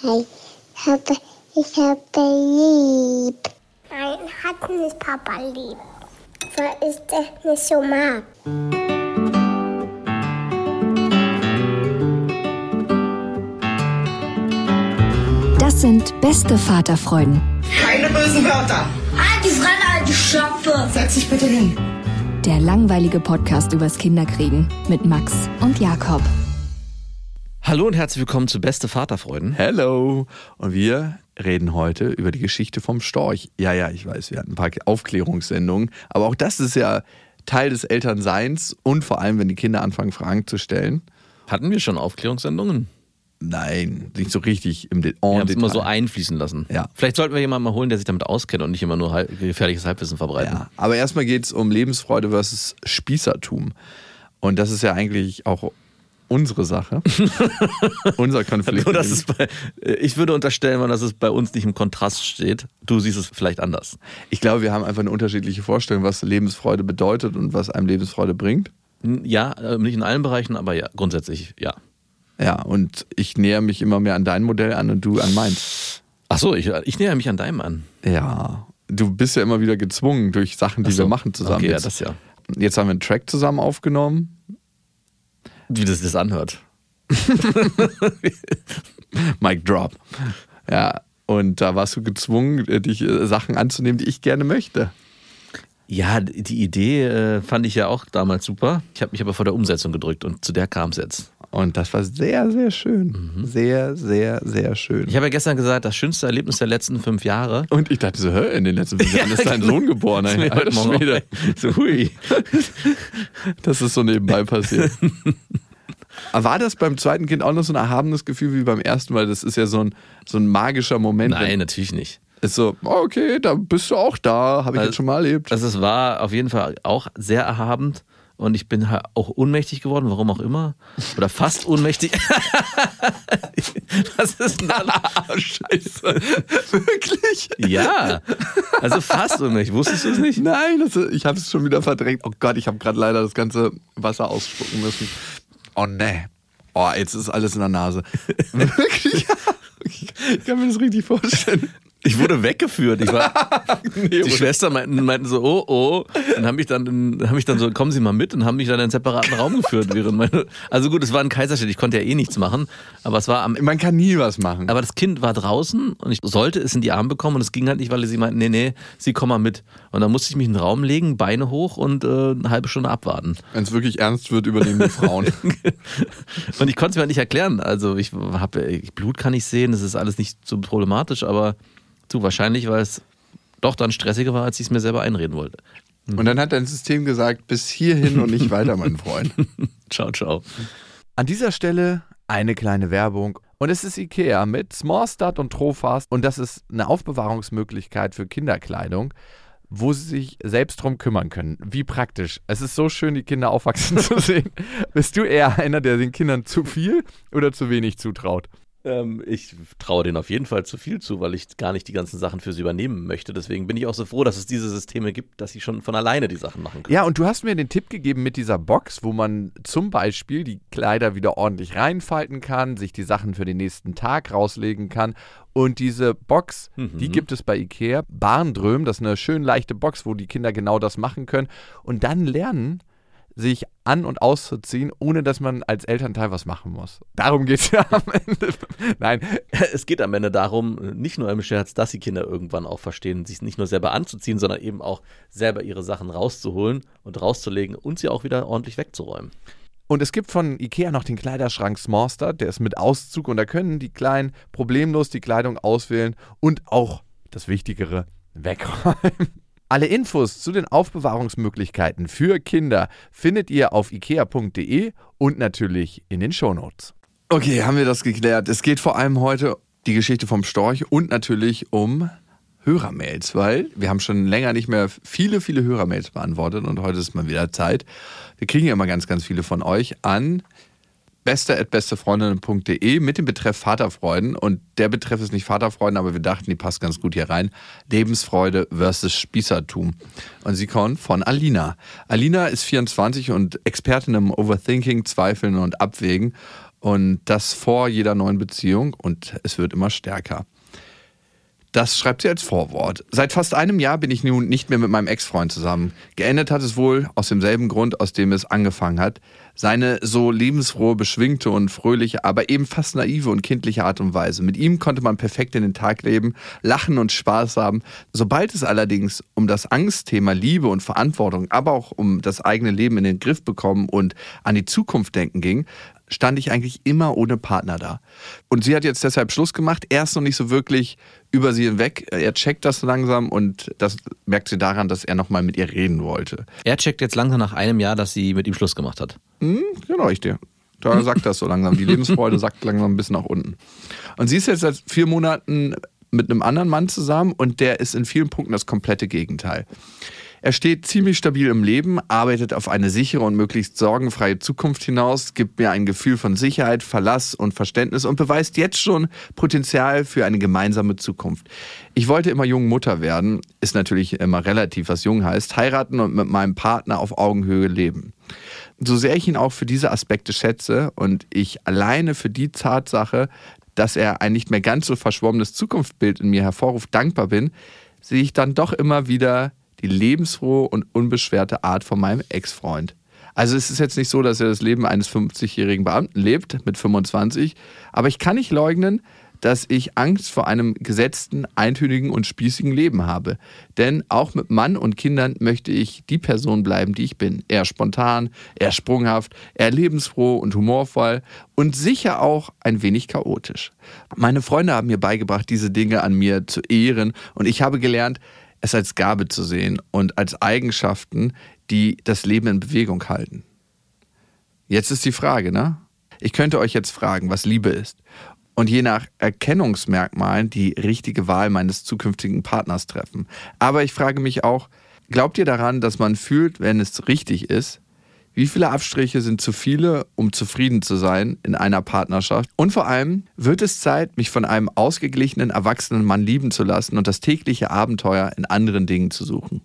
Ich habe lieb. Nein, hat nicht Papa lieb. Weil ich das nicht so mag. Das sind beste Vaterfreuden. Keine bösen Wörter. Halt die Fremde, alte Schöpfe. Setz dich bitte hin. Der langweilige Podcast übers Kinderkriegen mit Max und Jakob. Hallo und herzlich willkommen zu Beste Vaterfreuden. Hello! Und wir reden heute über die Geschichte vom Storch. Ja, ich weiß, wir hatten ein paar Aufklärungssendungen, aber auch das ist ja Teil des Elternseins und vor allem, wenn die Kinder anfangen, Fragen zu stellen. Hatten wir schon Aufklärungssendungen? Nein, nicht so richtig im Wir haben es Detail. immer so einfließen lassen. Ja. Vielleicht sollten wir jemanden mal holen, der sich damit auskennt und nicht immer nur gefährliches Halbwissen verbreiten. Ja, aber erstmal geht es um Lebensfreude versus Spießertum. Und das ist ja eigentlich auch unsere Sache. Unser Konflikt. Nur, ich würde unterstellen, dass es bei uns nicht im Kontrast steht. Du siehst es vielleicht anders. Ich glaube, wir haben einfach eine unterschiedliche Vorstellung, was Lebensfreude bedeutet und was einem Lebensfreude bringt. Ja, nicht in allen Bereichen, aber ja, grundsätzlich ja. Ja, und ich näher mich immer mehr an dein Modell an und du an meins. Ach so, ich näher mich an deinem an. Ja, du bist ja immer wieder gezwungen durch Sachen, die wir machen zusammen. Okay, ja, das ja. Jetzt haben wir einen Track zusammen aufgenommen. Wie das anhört. Mic drop. Ja, und da warst du gezwungen, dich Sachen anzunehmen, die ich gerne möchte. Ja, die Idee fand ich ja auch damals super. Ich habe mich aber vor der Umsetzung gedrückt und zu der kam es jetzt. Und das war sehr, sehr schön. Sehr, sehr, sehr schön. Ich habe ja gestern gesagt, das schönste Erlebnis der letzten 5 Jahre. Und ich dachte so, in den letzten 5 Jahren ist dein Sohn geboren. Alter Schwede. So, hui. Das ist so nebenbei passiert. Aber war das beim zweiten Kind auch noch so ein erhabenes Gefühl wie beim ersten? Weil das ist ja so ein magischer Moment. Nein, natürlich nicht. Ist so, okay, da bist du auch da, habe ich jetzt schon mal erlebt. Also es war auf jeden Fall auch sehr erhabend. Und ich bin halt auch ohnmächtig geworden, warum auch immer. Oder fast ohnmächtig. Was ist denn da? Scheiße. Wirklich? Ja. Also fast ohnmächtig. Wusstest du es nicht? Nein, ich habe es schon wieder verdrängt. Oh Gott, ich habe gerade leider das ganze Wasser ausspucken müssen. Oh ne. Oh, jetzt ist alles in der Nase. Wirklich? Ich kann mir das richtig vorstellen. Ich wurde weggeführt. Die Schwester meinten so, oh. Dann habe ich dann so, kommen Sie mal mit und haben mich dann in einen separaten Raum geführt. Also gut, es war ein Kaiserschnitt, ich konnte ja eh nichts machen. Aber es war man kann nie was machen. Aber das Kind war draußen und ich sollte es in die Arme bekommen und es ging halt nicht, weil sie meinten, nee, Sie kommen mal mit. Und dann musste ich mich in den Raum legen, Beine hoch und eine halbe Stunde abwarten. Wenn es wirklich ernst wird, übernehmen die Frauen. Und ich konnte es mir halt nicht erklären. Also Blut kann ich sehen, das ist alles nicht so problematisch, aber wahrscheinlich, weil es doch dann stressiger war, als ich es mir selber einreden wollte. Und dann hat dein System gesagt, bis hierhin und nicht weiter, mein Freund. Ciao. An dieser Stelle eine kleine Werbung. Und es ist Ikea mit Smallstart und Trofast. Und das ist eine Aufbewahrungsmöglichkeit für Kinderkleidung, wo sie sich selbst drum kümmern können. Wie praktisch. Es ist so schön, die Kinder aufwachsen zu sehen. Bist du eher einer, der den Kindern zu viel oder zu wenig zutraut? Ich traue denen auf jeden Fall zu viel zu, weil ich gar nicht die ganzen Sachen für sie übernehmen möchte. Deswegen bin ich auch so froh, dass es diese Systeme gibt, dass sie schon von alleine die Sachen machen können. Ja, und du hast mir den Tipp gegeben mit dieser Box, wo man zum Beispiel die Kleider wieder ordentlich reinfalten kann, sich die Sachen für den nächsten Tag rauslegen kann. Und diese Box, die gibt es bei Ikea. Barndröm, das ist eine schön leichte Box, wo die Kinder genau das machen können. Und dann lernen, sich an- und auszuziehen, ohne dass man als Elternteil was machen muss. Darum geht es ja am Ende. Nein. Es geht am Ende darum, nicht nur im Scherz, dass die Kinder irgendwann auch verstehen, sich nicht nur selber anzuziehen, sondern eben auch selber ihre Sachen rauszuholen und rauszulegen und sie auch wieder ordentlich wegzuräumen. Und es gibt von Ikea noch den Kleiderschrank Smallstart, der ist mit Auszug und da können die Kleinen problemlos die Kleidung auswählen und auch, das Wichtigere, wegräumen. Alle Infos zu den Aufbewahrungsmöglichkeiten für Kinder findet ihr auf ikea.de und natürlich in den Shownotes. Okay, haben wir das geklärt. Es geht vor allem heute die Geschichte vom Storch und natürlich um Hörermails, weil wir haben schon länger nicht mehr viele Hörermails beantwortet und heute ist mal wieder Zeit. Wir kriegen ja immer ganz, ganz viele von euch an beste@bestefreundinnen.de mit dem Betreff Vaterfreuden. Und der Betreff ist nicht Vaterfreuden, aber wir dachten, die passt ganz gut hier rein. Lebensfreude versus Spießertum. Und sie kommt von Alina. Alina ist 24 und Expertin im Overthinking, Zweifeln und Abwägen. Und das vor jeder neuen Beziehung und es wird immer stärker. Das schreibt sie als Vorwort. Seit fast einem Jahr bin ich nun nicht mehr mit meinem Ex-Freund zusammen. Geendet hat es wohl aus demselben Grund, aus dem es angefangen hat. Seine so lebensfrohe, beschwingte und fröhliche, aber eben fast naive und kindliche Art und Weise. Mit ihm konnte man perfekt in den Tag leben, lachen und Spaß haben. Sobald es allerdings um das Angstthema Liebe und Verantwortung, aber auch um das eigene Leben in den Griff bekommen und an die Zukunft denken ging, stand ich eigentlich immer ohne Partner da. Und sie hat jetzt deshalb Schluss gemacht. Er ist noch nicht so wirklich über sie hinweg. Er checkt das langsam und das merkt sie daran, dass er nochmal mit ihr reden wollte. Er checkt jetzt langsam nach einem Jahr, dass sie mit ihm Schluss gemacht hat. Genau, ich dir. Da sagt das so langsam. Die Lebensfreude sackt langsam ein bisschen nach unten. Und sie ist jetzt seit 4 Monaten mit einem anderen Mann zusammen und der ist in vielen Punkten das komplette Gegenteil. Er steht ziemlich stabil im Leben, arbeitet auf eine sichere und möglichst sorgenfreie Zukunft hinaus, gibt mir ein Gefühl von Sicherheit, Verlass und Verständnis und beweist jetzt schon Potenzial für eine gemeinsame Zukunft. Ich wollte immer jung Mutter werden, ist natürlich immer relativ, was jung heißt, heiraten und mit meinem Partner auf Augenhöhe leben. So sehr ich ihn auch für diese Aspekte schätze und ich alleine für die Tatsache, dass er ein nicht mehr ganz so verschwommenes Zukunftsbild in mir hervorruft, dankbar bin, sehe ich dann doch immer wieder die lebensfrohe und unbeschwerte Art von meinem Ex-Freund. Also es ist jetzt nicht so, dass er das Leben eines 50-jährigen Beamten lebt, mit 25, aber ich kann nicht leugnen, dass ich Angst vor einem gesetzten, eintönigen und spießigen Leben habe. Denn auch mit Mann und Kindern möchte ich die Person bleiben, die ich bin. Eher spontan, eher sprunghaft, eher lebensfroh und humorvoll und sicher auch ein wenig chaotisch. Meine Freunde haben mir beigebracht, diese Dinge an mir zu ehren und ich habe gelernt, es als Gabe zu sehen und als Eigenschaften, die das Leben in Bewegung halten. Jetzt ist die Frage, ne? Ich könnte euch jetzt fragen, was Liebe ist und je nach Erkennungsmerkmalen die richtige Wahl meines zukünftigen Partners treffen. Aber ich frage mich auch, glaubt ihr daran, dass man fühlt, wenn es richtig ist? Wie viele Abstriche sind zu viele, um zufrieden zu sein in einer Partnerschaft? Und vor allem, wird es Zeit, mich von einem ausgeglichenen, erwachsenen Mann lieben zu lassen und das tägliche Abenteuer in anderen Dingen zu suchen?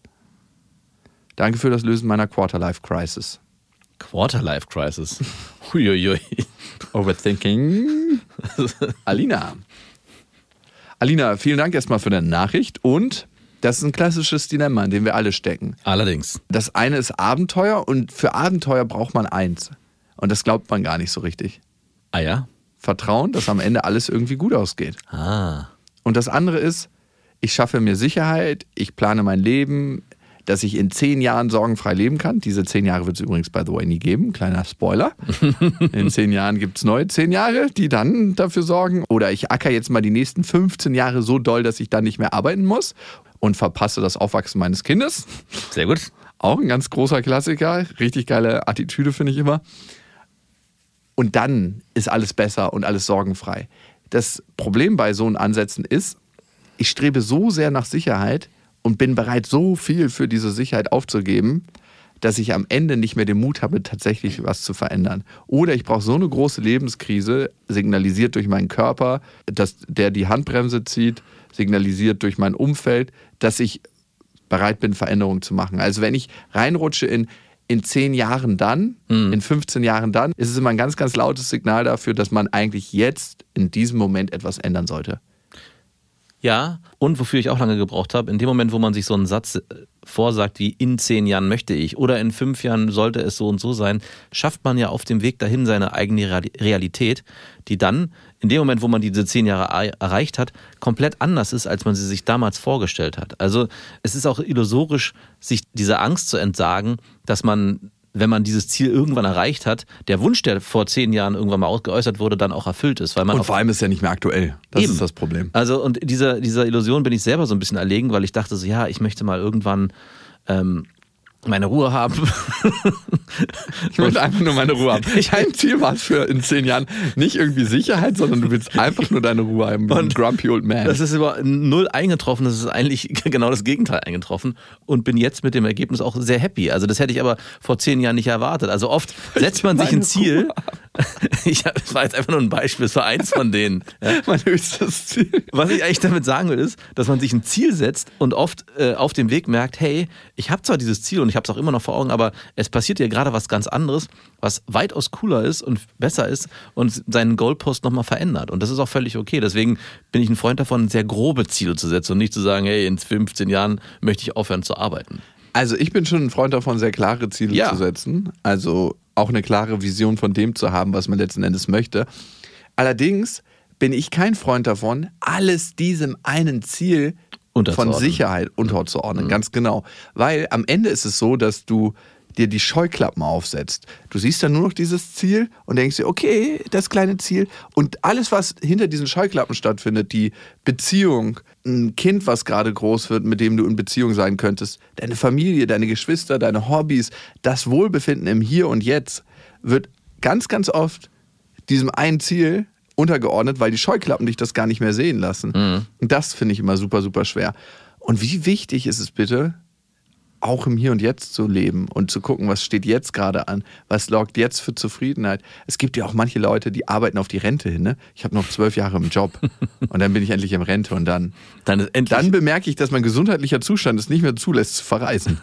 Danke für das Lösen meiner Quarter-Life-Crisis. Quarter-Life-Crisis? Huiuiui. Overthinking. Alina, vielen Dank erstmal für deine Nachricht und das ist ein klassisches Dilemma, in dem wir alle stecken. Allerdings. Das eine ist Abenteuer und für Abenteuer braucht man eins. Und das glaubt man gar nicht so richtig. Ah ja? Vertrauen, dass am Ende alles irgendwie gut ausgeht. Ah. Und das andere ist, ich schaffe mir Sicherheit, ich plane mein Leben, dass ich in 10 Jahren sorgenfrei leben kann. Diese 10 Jahre wird es übrigens, by the way, nie geben. Kleiner Spoiler. In 10 Jahren gibt es neue 10 Jahre, die dann dafür sorgen. Oder ich acker jetzt mal die nächsten 15 Jahre so doll, dass ich dann nicht mehr arbeiten muss und verpasse das Aufwachsen meines Kindes. Sehr gut. Auch ein ganz großer Klassiker. Richtig geile Attitüde, finde ich immer. Und dann ist alles besser und alles sorgenfrei. Das Problem bei so Ansätzen ist, ich strebe so sehr nach Sicherheit und bin bereit, so viel für diese Sicherheit aufzugeben, dass ich am Ende nicht mehr den Mut habe, tatsächlich was zu verändern. Oder ich brauche so eine große Lebenskrise, signalisiert durch meinen Körper, dass der die Handbremse zieht, signalisiert durch mein Umfeld, dass ich bereit bin, Veränderungen zu machen. Also wenn ich reinrutsche in 10 Jahren dann, in 15 Jahren dann, ist es immer ein ganz, ganz lautes Signal dafür, dass man eigentlich jetzt in diesem Moment etwas ändern sollte. Ja, und wofür ich auch lange gebraucht habe, in dem Moment, wo man sich so einen Satz vorsagt wie in 10 Jahren möchte ich oder in 5 Jahren sollte es so und so sein, schafft man ja auf dem Weg dahin seine eigene Realität, die dann in dem Moment, wo man diese 10 Jahre erreicht hat, komplett anders ist, als man sie sich damals vorgestellt hat. Also es ist auch illusorisch, sich dieser Angst zu entsagen, dass man, wenn man dieses Ziel irgendwann erreicht hat, der Wunsch, der vor 10 Jahren irgendwann mal geäußert wurde, dann auch erfüllt ist. Weil man und vor allem ist er nicht mehr aktuell. Das ist das Problem. Also und dieser Illusion bin ich selber so ein bisschen erlegen, weil ich dachte so, ja, ich möchte mal irgendwann meine Ruhe haben. Ich möchte einfach nur meine Ruhe haben. Dein Ziel war es für in 10 Jahren nicht irgendwie Sicherheit, sondern du willst einfach nur deine Ruhe haben. Und grumpy old man. Das ist über 0 eingetroffen. Das ist eigentlich genau das Gegenteil eingetroffen. Und bin jetzt mit dem Ergebnis auch sehr happy. Also das hätte ich aber vor 10 Jahren nicht erwartet. Also oft setzt man sich ein Ziel Das war jetzt einfach nur ein Beispiel, das war eins von denen. Ja. Mein höchstes Ziel. Was ich eigentlich damit sagen will, ist, dass man sich ein Ziel setzt und oft auf dem Weg merkt, hey, ich habe zwar dieses Ziel und ich habe es auch immer noch vor Augen, aber es passiert ja gerade was ganz anderes, was weitaus cooler ist und besser ist und seinen Goalpost nochmal verändert. Und das ist auch völlig okay. Deswegen bin ich ein Freund davon, sehr grobe Ziele zu setzen und nicht zu sagen, hey, in 15 Jahren möchte ich aufhören zu arbeiten. Also ich bin schon ein Freund davon, sehr klare Ziele zu setzen. Also auch eine klare Vision von dem zu haben, was man letzten Endes möchte. Allerdings bin ich kein Freund davon, alles diesem einen Ziel von Sicherheit unterzuordnen. Ganz genau. Weil am Ende ist es so, dass du dir die Scheuklappen aufsetzt. Du siehst dann nur noch dieses Ziel und denkst dir, okay, das kleine Ziel. Und alles, was hinter diesen Scheuklappen stattfindet, die Beziehung, ein Kind, was gerade groß wird, mit dem du in Beziehung sein könntest, deine Familie, deine Geschwister, deine Hobbys, das Wohlbefinden im Hier und Jetzt wird ganz, ganz oft diesem einen Ziel untergeordnet, weil die Scheuklappen dich das gar nicht mehr sehen lassen. Und das finde ich immer super, super schwer. Und wie wichtig ist es bitte, auch im Hier und Jetzt zu leben und zu gucken, was steht jetzt gerade an, was sorgt jetzt für Zufriedenheit. Es gibt ja auch manche Leute, die arbeiten auf die Rente hin. Ne? Ich habe noch 12 Jahre im Job und dann bin ich endlich in Rente und dann bemerke ich, dass mein gesundheitlicher Zustand es nicht mehr zulässt zu verreisen.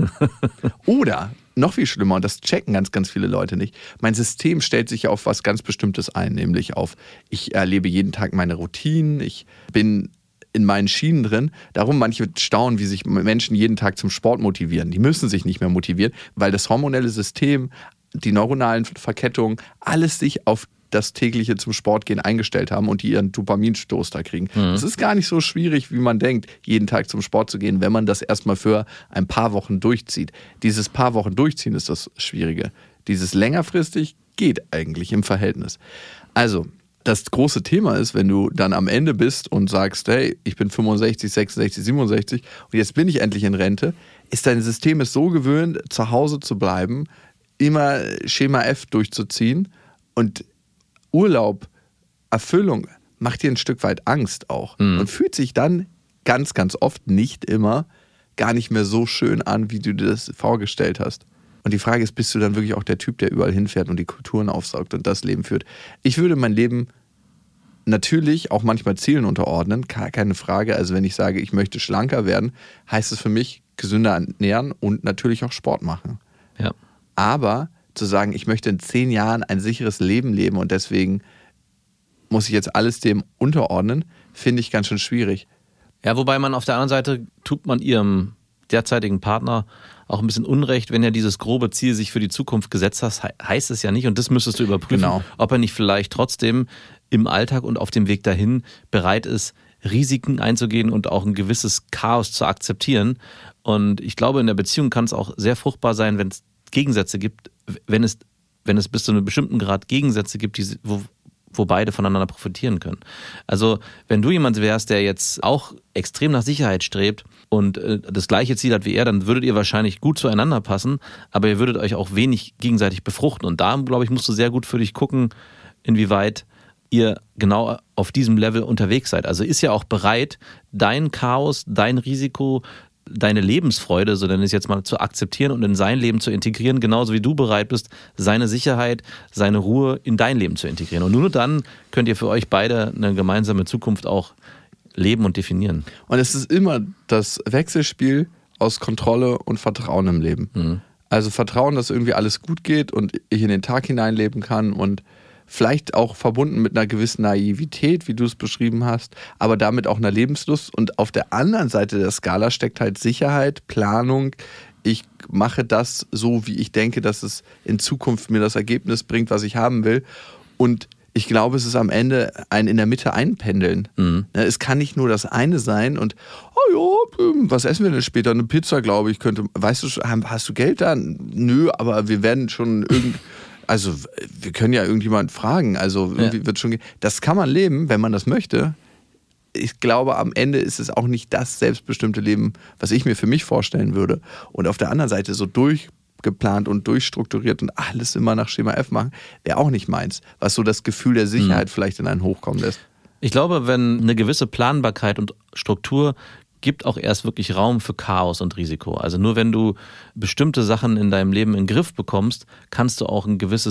Oder, noch viel schlimmer, und das checken ganz, ganz viele Leute nicht, mein System stellt sich ja auf was ganz Bestimmtes ein, nämlich auf, ich erlebe jeden Tag meine Routinen, ich bin in meinen Schienen drin. Darum manche staunen, wie sich Menschen jeden Tag zum Sport motivieren. Die müssen sich nicht mehr motivieren, weil das hormonelle System, die neuronalen Verkettungen, alles sich auf das tägliche zum Sport gehen eingestellt haben und die ihren Dopaminstoß da kriegen. Es ist gar nicht so schwierig, wie man denkt, jeden Tag zum Sport zu gehen, wenn man das erstmal für ein paar Wochen durchzieht. Dieses paar Wochen durchziehen ist das Schwierige. Dieses längerfristig geht eigentlich im Verhältnis. Also, das große Thema ist, wenn du dann am Ende bist und sagst, hey, ich bin 65, 66, 67 und jetzt bin ich endlich in Rente, ist dein System es so gewöhnt, zu Hause zu bleiben, immer Schema F durchzuziehen und Urlaub, Erfüllung macht dir ein Stück weit Angst auch und fühlt sich dann ganz, ganz oft, nicht immer, gar nicht mehr so schön an, wie du dir das vorgestellt hast. Und die Frage ist, bist du dann wirklich auch der Typ, der überall hinfährt und die Kulturen aufsaugt und das Leben führt? Ich würde mein Leben natürlich auch manchmal Zielen unterordnen, keine Frage. Also wenn ich sage, ich möchte schlanker werden, heißt es für mich gesünder ernähren und natürlich auch Sport machen. Ja. Aber zu sagen, ich möchte in 10 Jahren ein sicheres Leben leben und deswegen muss ich jetzt alles dem unterordnen, finde ich ganz schön schwierig. Ja, wobei man auf der anderen Seite tut man ihrem derzeitigen Partner auch ein bisschen Unrecht, wenn er dieses grobe Ziel sich für die Zukunft gesetzt hat, heißt es ja nicht, und das müsstest du überprüfen, ob er nicht vielleicht trotzdem im Alltag und auf dem Weg dahin bereit ist, Risiken einzugehen und auch ein gewisses Chaos zu akzeptieren. Und ich glaube, in der Beziehung kann es auch sehr fruchtbar sein, wenn es Gegensätze gibt, wenn es bis zu einem bestimmten Grad Gegensätze gibt, wo beide voneinander profitieren können. Also wenn du jemand wärst, der jetzt auch extrem nach Sicherheit strebt und das gleiche Ziel hat wie er, dann würdet ihr wahrscheinlich gut zueinander passen, aber ihr würdet euch auch wenig gegenseitig befruchten. Und da, glaube ich, musst du sehr gut für dich gucken, inwieweit ihr genau auf diesem Level unterwegs seid. Also ist ja auch bereit, dein Chaos, dein Risiko, deine Lebensfreude, so nenne ich es jetzt mal, zu akzeptieren und in sein Leben zu integrieren, genauso wie du bereit bist, seine Sicherheit, seine Ruhe in dein Leben zu integrieren. Und nur dann könnt ihr für euch beide eine gemeinsame Zukunft auch leben und definieren. Und es ist immer das Wechselspiel aus Kontrolle und Vertrauen im Leben. Also Vertrauen, dass irgendwie alles gut geht und ich in den Tag hineinleben kann und vielleicht auch verbunden mit einer gewissen Naivität, wie du es beschrieben hast, aber damit auch einer Lebenslust. Und auf der anderen Seite der Skala steckt halt Sicherheit, Planung. Ich mache das so, wie ich denke, dass es in Zukunft mir das Ergebnis bringt, was ich haben will. Und ich glaube, es ist am Ende ein in der Mitte einpendeln. Es kann nicht nur das eine sein und, was essen wir denn später? Eine Pizza, glaube ich, könnte. Weißt du, hast du Geld da? Nö, aber wir werden schon Also wir können ja irgendjemanden fragen, also wird schon. Das kann man leben, wenn man das möchte. Ich glaube, am Ende ist es auch nicht das selbstbestimmte Leben, was ich mir für mich vorstellen würde. Und auf der anderen Seite so durchgeplant und durchstrukturiert und alles immer nach Schema F machen, wäre auch nicht meins. Was so das Gefühl der Sicherheit vielleicht in einen hochkommen lässt. Ich glaube, wenn eine gewisse Planbarkeit und Struktur gibt auch erst wirklich Raum für Chaos und Risiko. Also nur wenn du bestimmte Sachen in deinem Leben in den Griff bekommst, kannst du auch ein gewisses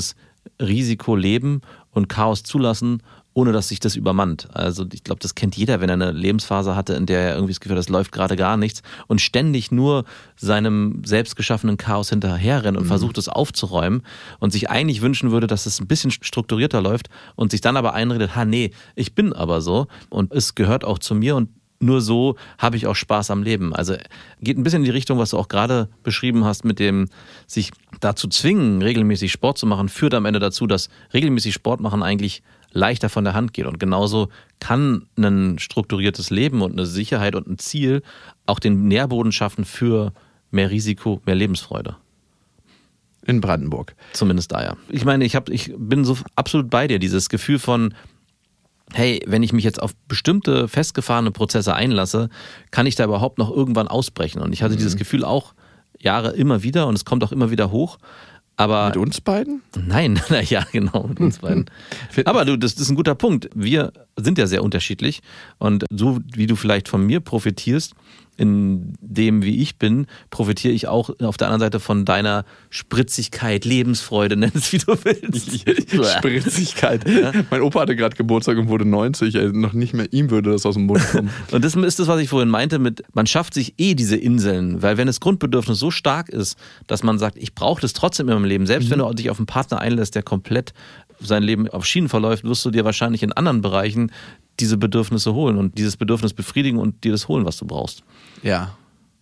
Risiko leben und Chaos zulassen, ohne dass sich das übermannt. Also ich glaube, das kennt jeder, wenn er eine Lebensphase hatte, in der er irgendwie das Gefühl hat, das läuft gerade gar nichts und ständig nur seinem selbst geschaffenen Chaos hinterherrennt und versucht, es aufzuräumen und sich eigentlich wünschen würde, dass es ein bisschen strukturierter läuft und sich dann aber einredet, nee, ich bin aber so und es gehört auch zu mir und nur so habe ich auch Spaß am Leben. Also geht ein bisschen in die Richtung, was du auch gerade beschrieben hast, mit dem sich dazu zwingen, regelmäßig Sport zu machen, führt am Ende dazu, dass regelmäßig Sport machen eigentlich leichter von der Hand geht. Und genauso kann ein strukturiertes Leben und eine Sicherheit und ein Ziel auch den Nährboden schaffen für mehr Risiko, mehr Lebensfreude. In Brandenburg. Zumindest da, ja. Ich meine, ich bin so absolut bei dir, dieses Gefühl von, hey, wenn ich mich jetzt auf bestimmte festgefahrene Prozesse einlasse, kann ich da überhaupt noch irgendwann ausbrechen? Und ich hatte dieses Gefühl auch Jahre immer wieder und es kommt auch immer wieder hoch. Aber mit uns beiden? Nein, ja, genau, mit uns beiden. Aber das ist ein guter Punkt. Wir sind ja sehr unterschiedlich und so wie du vielleicht von mir profitierst, in dem, wie ich bin, profitiere ich auch auf der anderen Seite von deiner Spritzigkeit, Lebensfreude, nenn es wie du willst. Spritzigkeit. Ja? Mein Opa hatte gerade Geburtstag und wurde 90, noch nicht mehr ihm würde das aus dem Mund kommen. Und das ist das, was ich vorhin meinte mit, man schafft sich diese Inseln, weil wenn das Grundbedürfnis so stark ist, dass man sagt, ich brauche das trotzdem in meinem Leben, selbst wenn du dich auf einen Partner einlässt, der komplett sein Leben auf Schienen verläuft, wirst du dir wahrscheinlich in anderen Bereichen diese Bedürfnisse holen und dieses Bedürfnis befriedigen und dir das holen, was du brauchst. Ja.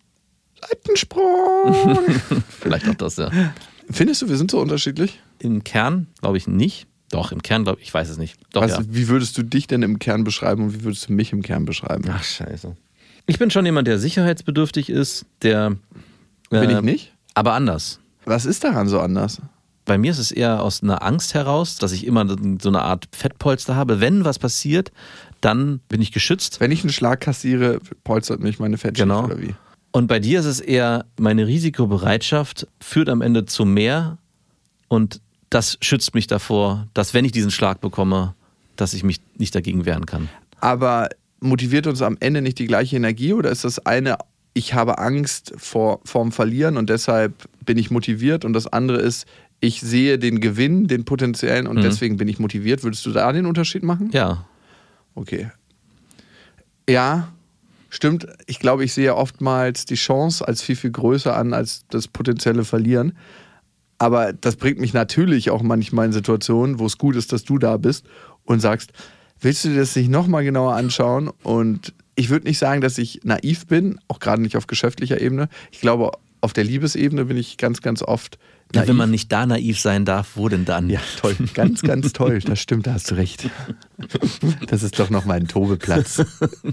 Seitensprung! Vielleicht auch das, ja. Findest du, wir sind so unterschiedlich? Im Kern glaube ich nicht. Doch, im Kern glaube ich weiß es nicht. Doch, ja. Wie würdest du dich denn im Kern beschreiben und wie würdest du mich im Kern beschreiben? Ach, scheiße. Ich bin schon jemand, der sicherheitsbedürftig ist, der... Bin ich nicht? Aber anders. Was ist daran so anders? Bei mir ist es eher aus einer Angst heraus, dass ich immer so eine Art Fettpolster habe. Wenn was passiert, dann bin ich geschützt. Wenn ich einen Schlag kassiere, polstert mich meine Fettschicht oder wie? Und bei dir ist es eher, meine Risikobereitschaft führt am Ende zu mehr und das schützt mich davor, dass wenn ich diesen Schlag bekomme, dass ich mich nicht dagegen wehren kann. Aber motiviert uns am Ende nicht die gleiche Energie oder ist das eine, ich habe Angst vorm Verlieren und deshalb bin ich motiviert und das andere ist, ich sehe den Gewinn, den potenziellen und deswegen bin ich motiviert. Würdest du da den Unterschied machen? Ja. Okay. Ja, stimmt. Ich glaube, ich sehe oftmals die Chance als viel, viel größer an als das potenzielle Verlieren. Aber das bringt mich natürlich auch manchmal in Situationen, wo es gut ist, dass du da bist und sagst, willst du dir das nicht nochmal genauer anschauen? Und ich würde nicht sagen, dass ich naiv bin, auch gerade nicht auf geschäftlicher Ebene. Ich glaube, auf der Liebesebene bin ich ganz, ganz oft naiv. Wenn man nicht da naiv sein darf, wo denn dann? Ja, toll. Ganz, ganz toll. Das stimmt, da hast du recht. Das ist doch noch mal ein Tobeplatz.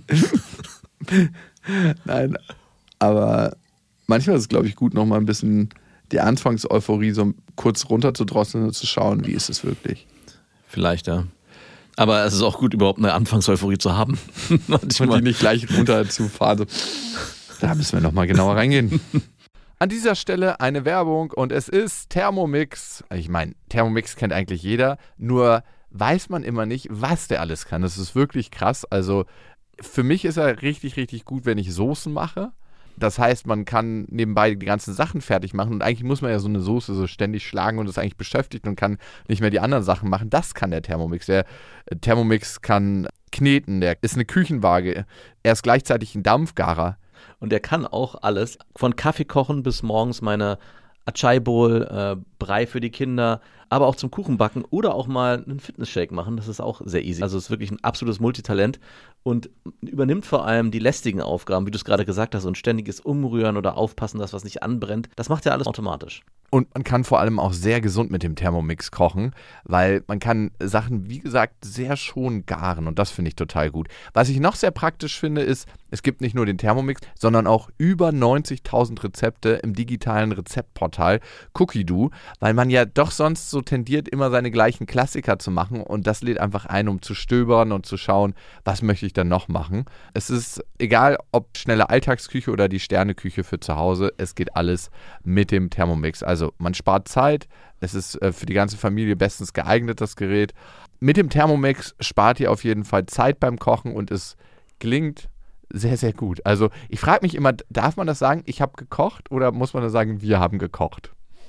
Nein, aber manchmal ist es, glaube ich, gut, noch mal ein bisschen die Anfangseuphorie so kurz runterzudrosseln und zu schauen, wie ist es wirklich. Vielleicht, ja. Aber es ist auch gut, überhaupt eine Anfangseuphorie zu haben. Und die nicht gleich runterzufahren. Da müssen wir noch mal genauer reingehen. An dieser Stelle eine Werbung und es ist Thermomix. Ich meine, Thermomix kennt eigentlich jeder, nur weiß man immer nicht, was der alles kann. Das ist wirklich krass. Also für mich ist er richtig, richtig gut, wenn ich Soßen mache. Das heißt, man kann nebenbei die ganzen Sachen fertig machen und eigentlich muss man ja so eine Soße so ständig schlagen und ist eigentlich beschäftigt und kann nicht mehr die anderen Sachen machen. Das kann der Thermomix. Der Thermomix kann kneten, der ist eine Küchenwaage. Er ist gleichzeitig ein Dampfgarer. Und der kann auch alles, von Kaffee kochen bis morgens meine Acai Bowl, Brei für die Kinder, aber auch zum Kuchenbacken oder auch mal einen Fitness-Shake machen. Das ist auch sehr easy. Also es ist wirklich ein absolutes Multitalent und übernimmt vor allem die lästigen Aufgaben, wie du es gerade gesagt hast, und ständiges Umrühren oder Aufpassen, dass was nicht anbrennt. Das macht ja alles automatisch. Und man kann vor allem auch sehr gesund mit dem Thermomix kochen, weil man kann Sachen, wie gesagt, sehr schon garen und das finde ich total gut. Was ich noch sehr praktisch finde, ist, es gibt nicht nur den Thermomix, sondern auch über 90.000 Rezepte im digitalen Rezeptportal Cookie-Do, weil man ja doch sonst so tendiert, immer seine gleichen Klassiker zu machen und das lädt einfach ein, um zu stöbern und zu schauen, was möchte ich dann noch machen. Es ist egal, ob schnelle Alltagsküche oder die Sterneküche für zu Hause, es geht alles mit dem Thermomix. Also man spart Zeit, es ist für die ganze Familie bestens geeignet, das Gerät. Mit dem Thermomix spart ihr auf jeden Fall Zeit beim Kochen und es gelingt sehr, sehr gut. Also ich frage mich immer, darf man das sagen, ich habe gekocht oder muss man das sagen, wir haben gekocht?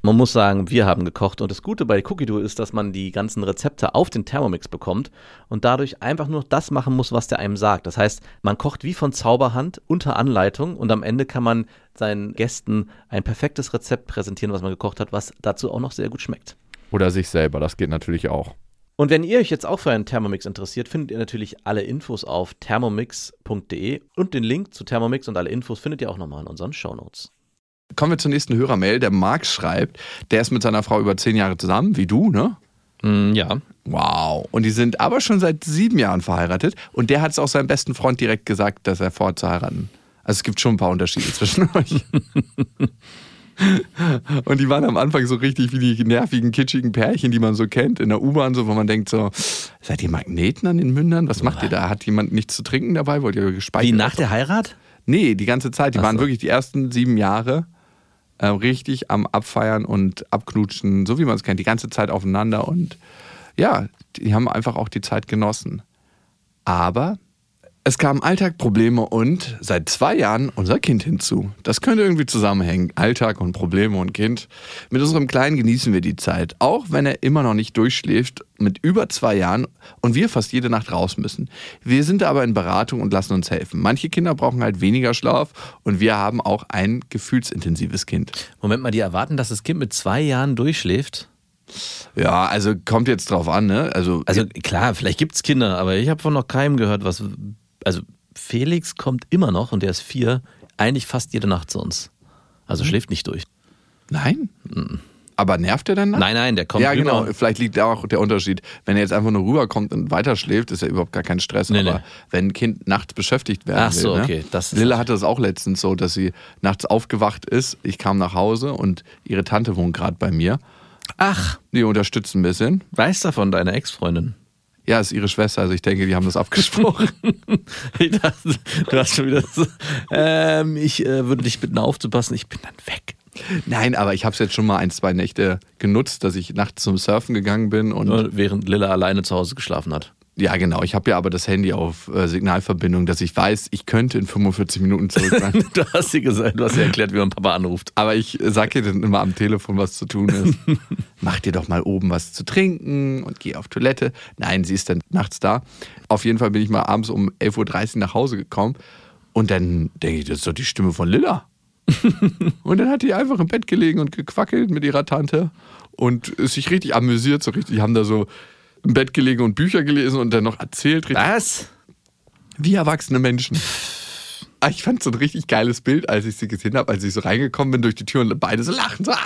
Man muss sagen, wir haben gekocht und das Gute bei Cookie Dough ist, dass man die ganzen Rezepte auf den Thermomix bekommt und dadurch einfach nur das machen muss, was der einem sagt. Das heißt, man kocht wie von Zauberhand unter Anleitung und am Ende kann man seinen Gästen ein perfektes Rezept präsentieren, was man gekocht hat, was dazu auch noch sehr gut schmeckt. Oder sich selber, das geht natürlich auch. Und wenn ihr euch jetzt auch für einen Thermomix interessiert, findet ihr natürlich alle Infos auf thermomix.de und den Link zu Thermomix und alle Infos findet ihr auch nochmal in unseren Shownotes. Kommen wir zur nächsten Hörermail. Der Marc schreibt, der ist mit seiner Frau über 10 Jahre zusammen, wie du, ne? Ja. Wow. Und die sind aber schon seit 7 Jahren verheiratet. Und der hat es auch seinem besten Freund direkt gesagt, dass er vorhat zu heiraten. Also es gibt schon ein paar Unterschiede zwischen euch. Und die waren am Anfang so richtig wie die nervigen, kitschigen Pärchen, die man so kennt in der U-Bahn, so, wo man denkt so, seid ihr Magneten an den Mündern? Was macht ihr da? Hat jemand nichts zu trinken dabei? Wollt ihr gespeichert? Wie nach der Heirat? Nee, die ganze Zeit. Die waren wirklich die ersten 7 Jahre richtig am Abfeiern und Abknutschen, so wie man es kennt, die ganze Zeit aufeinander. Und ja, die haben einfach auch die Zeit genossen. Aber es kamen Alltagprobleme und seit 2 Jahren unser Kind hinzu. Das könnte irgendwie zusammenhängen. Alltag und Probleme und Kind. Mit unserem Kleinen genießen wir die Zeit. Auch wenn er immer noch nicht durchschläft, mit über 2 Jahren und wir fast jede Nacht raus müssen. Wir sind aber in Beratung und lassen uns helfen. Manche Kinder brauchen halt weniger Schlaf und wir haben auch ein gefühlsintensives Kind. Moment mal, die erwarten, dass das Kind mit 2 Jahren durchschläft? Ja, also kommt jetzt drauf an, ne? Also klar, vielleicht gibt es Kinder, aber ich habe von noch keinem gehört, was... Also Felix kommt immer noch, und der ist 4, eigentlich fast jede Nacht zu uns. Also schläft nicht durch. Nein? Aber nervt er dann nachts? Nein, der kommt Ja, rüber. genau. Vielleicht liegt da auch der Unterschied. Wenn er jetzt einfach nur rüberkommt und weiter schläft, ist ja überhaupt gar kein Stress. Nee, aber nee. wenn ein Kind nachts beschäftigt werden Ach so, will. okay. Das ist Lilla hatte das auch letztens so, dass sie nachts aufgewacht ist. Ich kam nach Hause und ihre Tante wohnt gerade bei mir. Ach, Die unterstützt ein bisschen. weiß davon deine Ex-Freundin? Ja, ist ihre Schwester, also ich denke, die haben das abgesprochen. Ich dachte, du hast schon wieder so, ich würde dich bitten aufzupassen, ich bin dann weg. Nein, aber ich habe es jetzt schon mal 1, 2 Nächte genutzt, dass ich nachts zum Surfen gegangen bin. Und Während Lilla alleine zu Hause geschlafen hat. ja, genau. Ich habe ja aber das Handy auf Signalverbindung, dass ich weiß, ich könnte in 45 Minuten zurück sein. Du hast ihr erklärt, wie man Papa anruft. Aber ich sage ihr dann immer am Telefon, was zu tun ist. Mach dir doch mal oben was zu trinken und geh auf Toilette. Nein, sie ist dann nachts da. Auf jeden Fall bin ich mal abends um 11.30 Uhr nach Hause gekommen. Und dann denke ich, das ist doch die Stimme von Lilla. Und dann hat die einfach im Bett gelegen und gequackelt mit ihrer Tante und ist sich richtig amüsiert. So richtig, die haben da so im Bett gelegen und Bücher gelesen und dann noch erzählt. Richtig, Was? wie erwachsene Menschen. Ich fand so ein richtig geiles Bild, als ich sie gesehen habe, als ich so reingekommen bin durch die Tür und beide so lachen. So.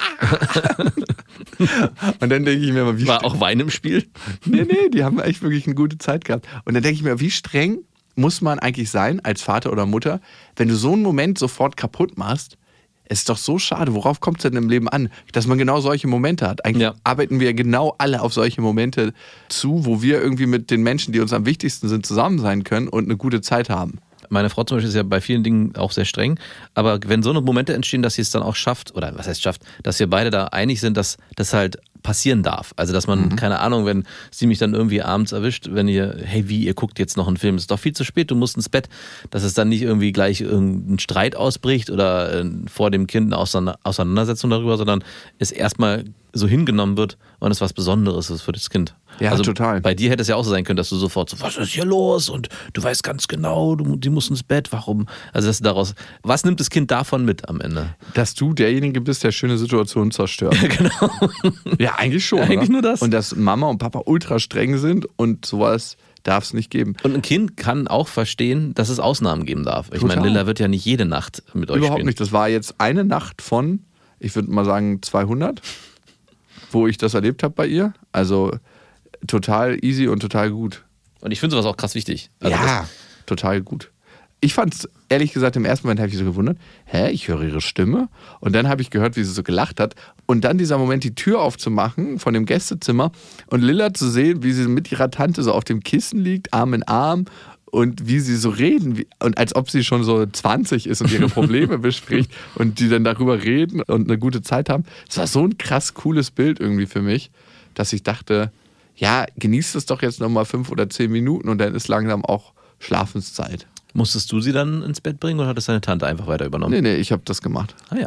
Und dann denke ich mir mal, wie War auch Wein im Spiel? Nee, die haben echt wirklich eine gute Zeit gehabt. Und dann denke ich mir, wie streng muss man eigentlich sein als Vater oder Mutter, wenn du so einen Moment sofort kaputt machst? Es ist doch so schade. Worauf kommt es denn im Leben an? Dass man genau solche Momente hat. Eigentlich arbeiten wir genau alle auf solche Momente zu, wo wir irgendwie mit den Menschen, die uns am wichtigsten sind, zusammen sein können und eine gute Zeit haben. Meine Frau zum Beispiel ist ja bei vielen Dingen auch sehr streng, aber wenn so eine Momente entstehen, dass sie es dann auch schafft, oder was heißt schafft, dass wir beide da einig sind, dass das halt passieren darf. Also dass man, keine Ahnung, wenn sie mich dann irgendwie abends erwischt, wenn ihr, hey, ihr guckt jetzt noch einen Film, ist doch viel zu spät, du musst ins Bett, dass es dann nicht irgendwie gleich irgendein Streit ausbricht oder vor dem Kind eine Auseinandersetzung darüber, sondern es erstmal so hingenommen wird und es was Besonderes ist für das Kind. Ja, also total. Bei dir hätte es ja auch so sein können, dass du sofort so, was ist hier los? Und du weißt ganz genau, die muss ins Bett, warum? Also dass du daraus, was nimmt das Kind davon mit am Ende? Dass du derjenige bist, der schöne Situationen zerstört. Genau. Ja, eigentlich schon. Eigentlich oder? nur das. Und dass Mama und Papa ultra streng sind und sowas darf es nicht geben. Und ein Kind kann auch verstehen, dass es Ausnahmen geben darf. Ich Total. meine, Lilla wird ja nicht jede Nacht mit euch Überhaupt spielen. nicht. Das war jetzt eine Nacht von, ich würde mal sagen, 200, wo ich das erlebt habe bei ihr. Also total easy und total gut. Und ich finde sowas auch krass wichtig. Also total gut. Ich fand es, ehrlich gesagt, im ersten Moment habe ich so gewundert, ich höre ihre Stimme. Und dann habe ich gehört, wie sie so gelacht hat. Und dann dieser Moment, die Tür aufzumachen von dem Gästezimmer und Lilla zu sehen, wie sie mit ihrer Tante so auf dem Kissen liegt, Arm in Arm. Und wie sie so reden, und als ob sie schon so 20 ist und ihre Probleme bespricht und die dann darüber reden und eine gute Zeit haben. Es war so ein krass cooles Bild irgendwie für mich, dass ich dachte, ja, genießt es doch jetzt nochmal 5 oder 10 Minuten und dann ist langsam auch Schlafenszeit. Musstest du sie dann ins Bett bringen oder hat es deine Tante einfach weiter übernommen? Nee, ich habe das gemacht. Ah ja.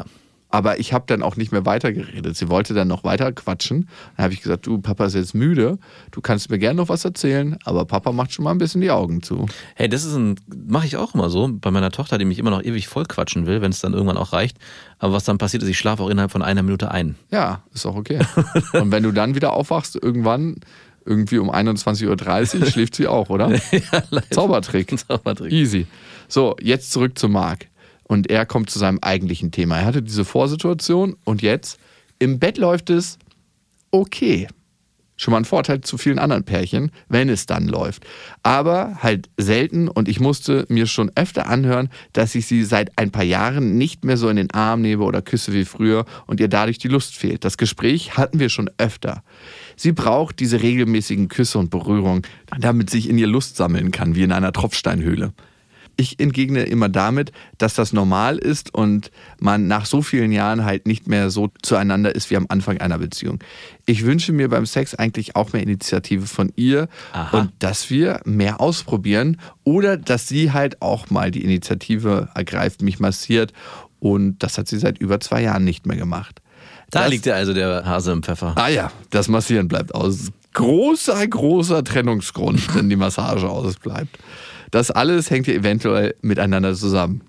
Aber ich habe dann auch nicht mehr weitergeredet. Sie wollte dann noch weiter quatschen. Dann habe ich gesagt, du, Papa ist jetzt müde. Du kannst mir gerne noch was erzählen, aber Papa macht schon mal ein bisschen die Augen zu. Hey, mache ich auch immer so bei meiner Tochter, die mich immer noch ewig voll quatschen will, wenn es dann irgendwann auch reicht. Aber was dann passiert ist, ich schlafe auch innerhalb von 1 Minute ein. Ja, ist auch okay. Und wenn du dann wieder aufwachst, irgendwann, irgendwie um 21.30 Uhr, schläft sie auch, oder? Ja, leider. Zaubertrick. Easy. So, jetzt zurück zu Marc. Und er kommt zu seinem eigentlichen Thema. Er hatte diese Vorsituation und jetzt im Bett läuft es okay. Schon mal ein Vorteil zu vielen anderen Pärchen, wenn es dann läuft. Aber halt selten und ich musste mir schon öfter anhören, dass ich sie seit ein paar Jahren nicht mehr so in den Arm nehme oder küsse wie früher und ihr dadurch die Lust fehlt. Das Gespräch hatten wir schon öfter. Sie braucht diese regelmäßigen Küsse und Berührung, damit sich in ihr Lust sammeln kann, wie in einer Tropfsteinhöhle. Ich entgegne immer damit, dass das normal ist und man nach so vielen Jahren halt nicht mehr so zueinander ist wie am Anfang einer Beziehung. Ich wünsche mir beim Sex eigentlich auch mehr Initiative von ihr und dass wir mehr ausprobieren oder dass sie halt auch mal die Initiative ergreift, mich massiert und das hat sie seit über 2 Jahren nicht mehr gemacht. Da liegt ja also der Hase im Pfeffer. Ah ja, das Massieren bleibt aus. Großer Trennungsgrund, wenn die Massage ausbleibt. Das alles hängt ja eventuell miteinander zusammen.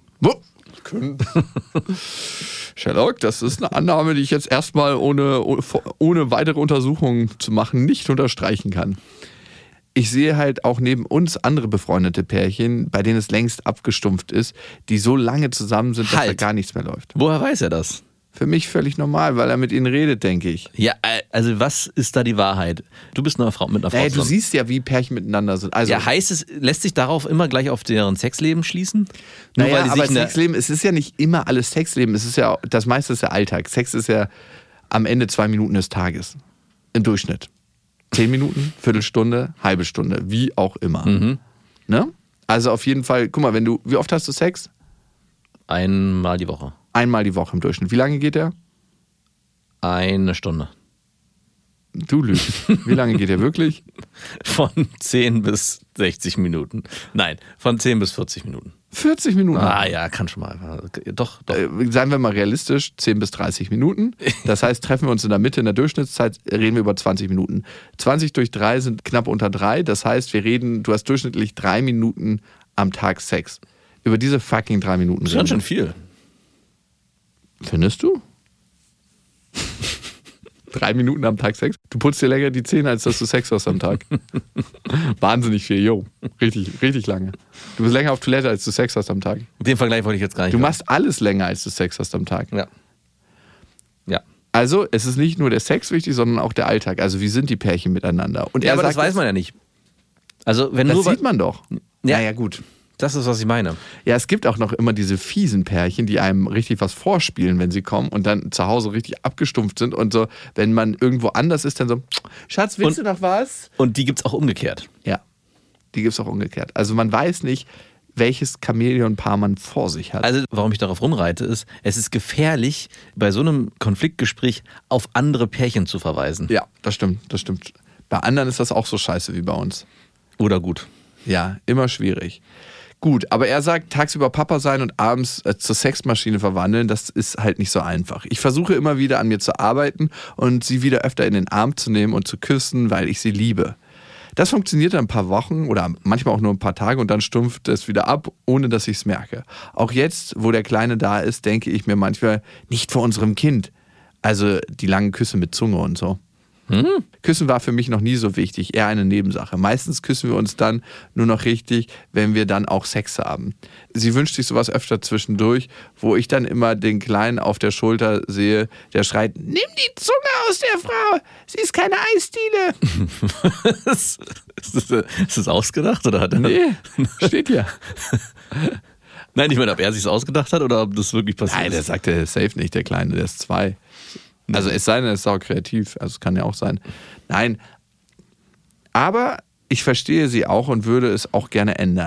Sherlock, das ist eine Annahme, die ich jetzt erstmal ohne weitere Untersuchungen zu machen nicht unterstreichen kann. Ich sehe halt auch neben uns andere befreundete Pärchen, bei denen es längst abgestumpft ist, die so lange zusammen sind, dass da gar nichts mehr läuft. Woher weiß er das? Für mich völlig normal, weil er mit ihnen redet, denke ich. Ja, also was ist da die Wahrheit? Du bist mit einer Frau zusammen. Du siehst ja, wie Pärchen miteinander sind. Also, ja, heißt es, lässt sich darauf immer gleich auf deren Sexleben schließen? Nur naja, weil die aber sich Sexleben, es ist ja nicht immer alles Sexleben. Es ist ja, das meiste ist ja Alltag. Sex ist ja am Ende 2 Minuten des Tages. Im Durchschnitt. 10 Minuten, Viertelstunde, halbe Stunde, wie auch immer. Ne? Also auf jeden Fall, guck mal, wie oft hast du Sex? Einmal die Woche. Einmal die Woche im Durchschnitt. Wie lange geht der? 1 Stunde. Du lügst. Wie lange geht der wirklich? Von 10 bis 60 Minuten. Nein, von 10 bis 40 Minuten. 40 Minuten? Ah ja, kann schon mal. Doch. Seien wir mal realistisch, 10 bis 30 Minuten. Das heißt, treffen wir uns in der Mitte, in der Durchschnittszeit, reden wir über 20 Minuten. 20 durch 3 sind knapp unter 3. Das heißt, du hast durchschnittlich 3 Minuten am Tag Sex. Über diese fucking 3 Minuten reden. Das ist schon viel. Findest du? 3 Minuten am Tag Sex? Du putzt dir länger die Zähne, als dass du Sex hast am Tag. Wahnsinnig viel, jo. Richtig lange. Du bist länger auf Toilette, als du Sex hast am Tag. Den Vergleich wollte ich jetzt gar nicht. Du machst alles länger, als du Sex hast am Tag. Ja. Also, es ist nicht nur der Sex wichtig, sondern auch der Alltag. Also, wie sind die Pärchen miteinander? Und ja, aber das weiß man ja nicht. Also, wenn das sieht man doch. Ja, naja, gut. Das ist, was ich meine. Ja, es gibt auch noch immer diese fiesen Pärchen, die einem richtig was vorspielen, wenn sie kommen und dann zu Hause richtig abgestumpft sind und so, wenn man irgendwo anders ist, dann so, Schatz, willst du noch was? Und die gibt's auch umgekehrt. Ja, die gibt's auch umgekehrt. Also man weiß nicht, welches Chamäleonpaar man vor sich hat. Also warum ich darauf rumreite, ist, es ist gefährlich, bei so einem Konfliktgespräch auf andere Pärchen zu verweisen. Ja, das stimmt. Bei anderen ist das auch so scheiße wie bei uns. Oder gut. Ja, immer schwierig. Gut, aber er sagt, tagsüber Papa sein und abends zur Sexmaschine verwandeln, das ist halt nicht so einfach. Ich versuche immer wieder an mir zu arbeiten und sie wieder öfter in den Arm zu nehmen und zu küssen, weil ich sie liebe. Das funktioniert ein paar Wochen oder manchmal auch nur ein paar Tage und dann stumpft es wieder ab, ohne dass ich es merke. Auch jetzt, wo der Kleine da ist, denke ich mir manchmal, nicht vor unserem Kind. Also die langen Küsse mit Zunge und so. Küssen war für mich noch nie so wichtig, eher eine Nebensache. Meistens küssen wir uns dann nur noch richtig, wenn wir dann auch Sex haben. Sie wünscht sich sowas öfter zwischendurch, wo ich dann immer den Kleinen auf der Schulter sehe, der schreit, nimm die Zunge aus der Frau, sie ist keine Eisdiele. Ist das ausgedacht? Oder hat er... Nee, steht hier. Nein, ich meine, ob er sich ausgedacht hat oder ob das wirklich passiert ist. Nein, der sagt, der ist safe nicht, der Kleine, der ist 2. Also es sei denn, er ist auch kreativ, also es kann ja auch sein. Nein, aber ich verstehe sie auch und würde es auch gerne ändern.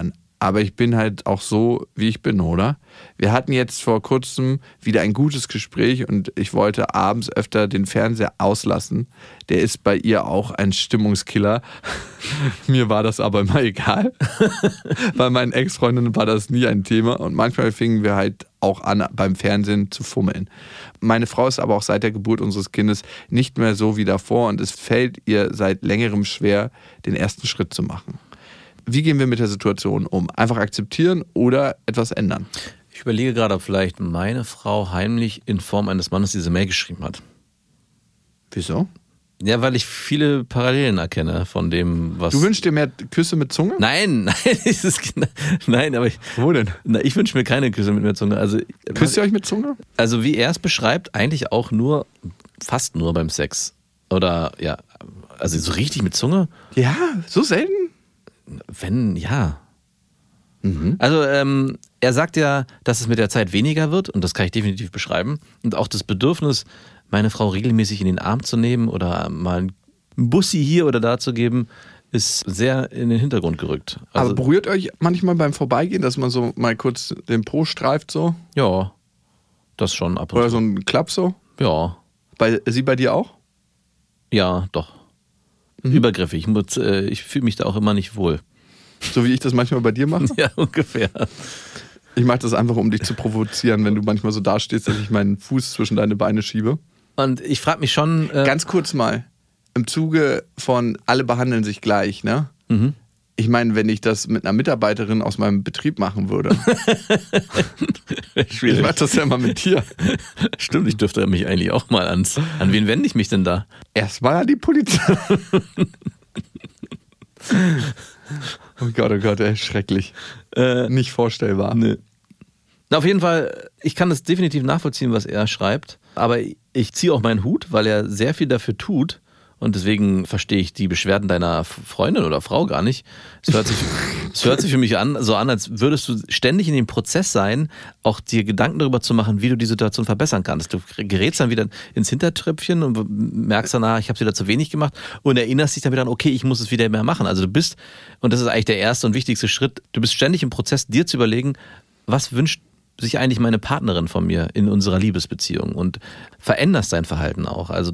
aber ich bin halt auch so, wie ich bin, oder? Wir hatten jetzt vor kurzem wieder ein gutes Gespräch und ich wollte abends öfter den Fernseher auslassen. Der ist bei ihr auch ein Stimmungskiller. Mir war das aber immer egal. Bei meinen Ex-Freundinnen war das nie ein Thema und manchmal fingen wir halt auch an, beim Fernsehen zu fummeln. Meine Frau ist aber auch seit der Geburt unseres Kindes nicht mehr so wie davor und es fällt ihr seit längerem schwer, den ersten Schritt zu machen. Wie gehen wir mit der Situation um? Einfach akzeptieren oder etwas ändern? Ich überlege gerade, ob vielleicht meine Frau heimlich in Form eines Mannes diese Mail geschrieben hat. Wieso? Ja, weil ich viele Parallelen erkenne von dem, was... Du wünschst dir mehr Küsse mit Zunge? Nein, nein, aber Wo denn? ich wünsche mir keine Küsse mit Zunge. Also, küsst ihr euch mit Zunge? Also wie er es beschreibt, eigentlich auch fast nur beim Sex. Oder ja, also so richtig mit Zunge? Ja, so selten? Wenn, ja. Also er sagt ja, dass es mit der Zeit weniger wird und das kann ich definitiv beschreiben. Und auch das Bedürfnis, meine Frau regelmäßig in den Arm zu nehmen oder mal einen Bussi hier oder da zu geben, ist sehr in den Hintergrund gerückt. Also, aber berührt euch manchmal beim Vorbeigehen, dass man so mal kurz den Po streift so? Ja, das schon ab und zu. Oder so ein Klapp so? Ja. Sie bei dir auch? Ja, doch. Übergriffig. Ich fühle mich da auch immer nicht wohl. So wie ich das manchmal bei dir mache? Ja, ungefähr. Ich mache das einfach, um dich zu provozieren, wenn du manchmal so dastehst, dass ich meinen Fuß zwischen deine Beine schiebe. Und ich frage mich schon... Ganz kurz mal, im Zuge von alle behandeln sich gleich, ne? Mhm. Ich meine, wenn ich das mit einer Mitarbeiterin aus meinem Betrieb machen würde. Schwierig. Ich mache das ja mal mit dir. Stimmt, ich dürfte mich eigentlich auch mal an wen wende ich mich denn da? Erstmal an die Polizei. Oh Gott, ey, schrecklich. Nicht vorstellbar. Nee. Na, auf jeden Fall, ich kann das definitiv nachvollziehen, was er schreibt, aber ich ziehe auch meinen Hut, weil er sehr viel dafür tut und deswegen verstehe ich die Beschwerden deiner Freundin oder Frau gar nicht. Es hört sich für mich so an, als würdest du ständig in dem Prozess sein, auch dir Gedanken darüber zu machen, wie du die Situation verbessern kannst. Du gerätst dann wieder ins Hintertröpfchen und merkst danach, ich habe es wieder zu wenig gemacht und erinnerst dich dann wieder an, okay, ich muss es wieder mehr machen. Also du bist, und das ist eigentlich der erste und wichtigste Schritt, du bist ständig im Prozess, dir zu überlegen, was wünscht sich eigentlich meine Partnerin von mir in unserer Liebesbeziehung und veränderst dein Verhalten auch. Also,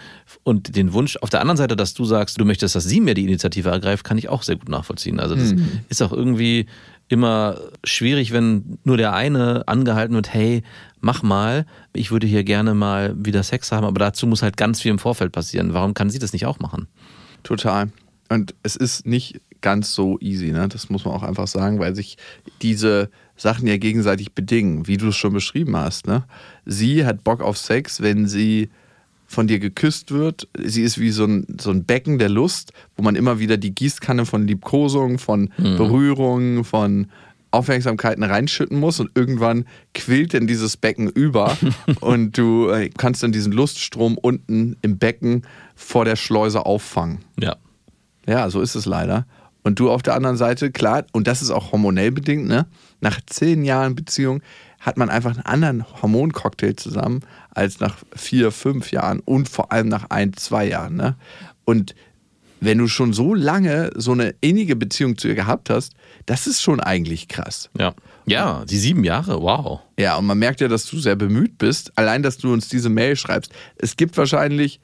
und den Wunsch auf der anderen Seite, dass du sagst, du möchtest, dass sie mir die Initiative ergreift, kann ich auch sehr gut nachvollziehen. Also das ist auch irgendwie immer schwierig, wenn nur der eine angehalten wird, hey, mach mal, ich würde hier gerne mal wieder Sex haben, aber dazu muss halt ganz viel im Vorfeld passieren. Warum kann sie das nicht auch machen? Total. Und es ist nicht ganz so easy, ne? Das muss man auch einfach sagen, weil sich diese Sachen ja gegenseitig bedingen, wie du es schon beschrieben hast, ne? Sie hat Bock auf Sex, wenn sie von dir geküsst wird. Sie ist wie so ein Becken der Lust, wo man immer wieder die Gießkanne von Liebkosung, von Berührung, von Aufmerksamkeiten reinschütten muss und irgendwann quillt dann dieses Becken über und du kannst dann diesen Luststrom unten im Becken vor der Schleuse auffangen. Ja. Ja, so ist es leider. Und du auf der anderen Seite, klar, und das ist auch hormonell bedingt, ne? Nach 10 Jahren Beziehung hat man einfach einen anderen Hormoncocktail zusammen als nach 4, 5 Jahren und vor allem nach 1, 2 Jahren, ne? Und wenn du schon so lange so eine innige Beziehung zu ihr gehabt hast, das ist schon eigentlich krass. Ja, die 7 Jahre, wow. Ja, und man merkt ja, dass du sehr bemüht bist. Allein, dass du uns diese Mail schreibst. Es gibt wahrscheinlich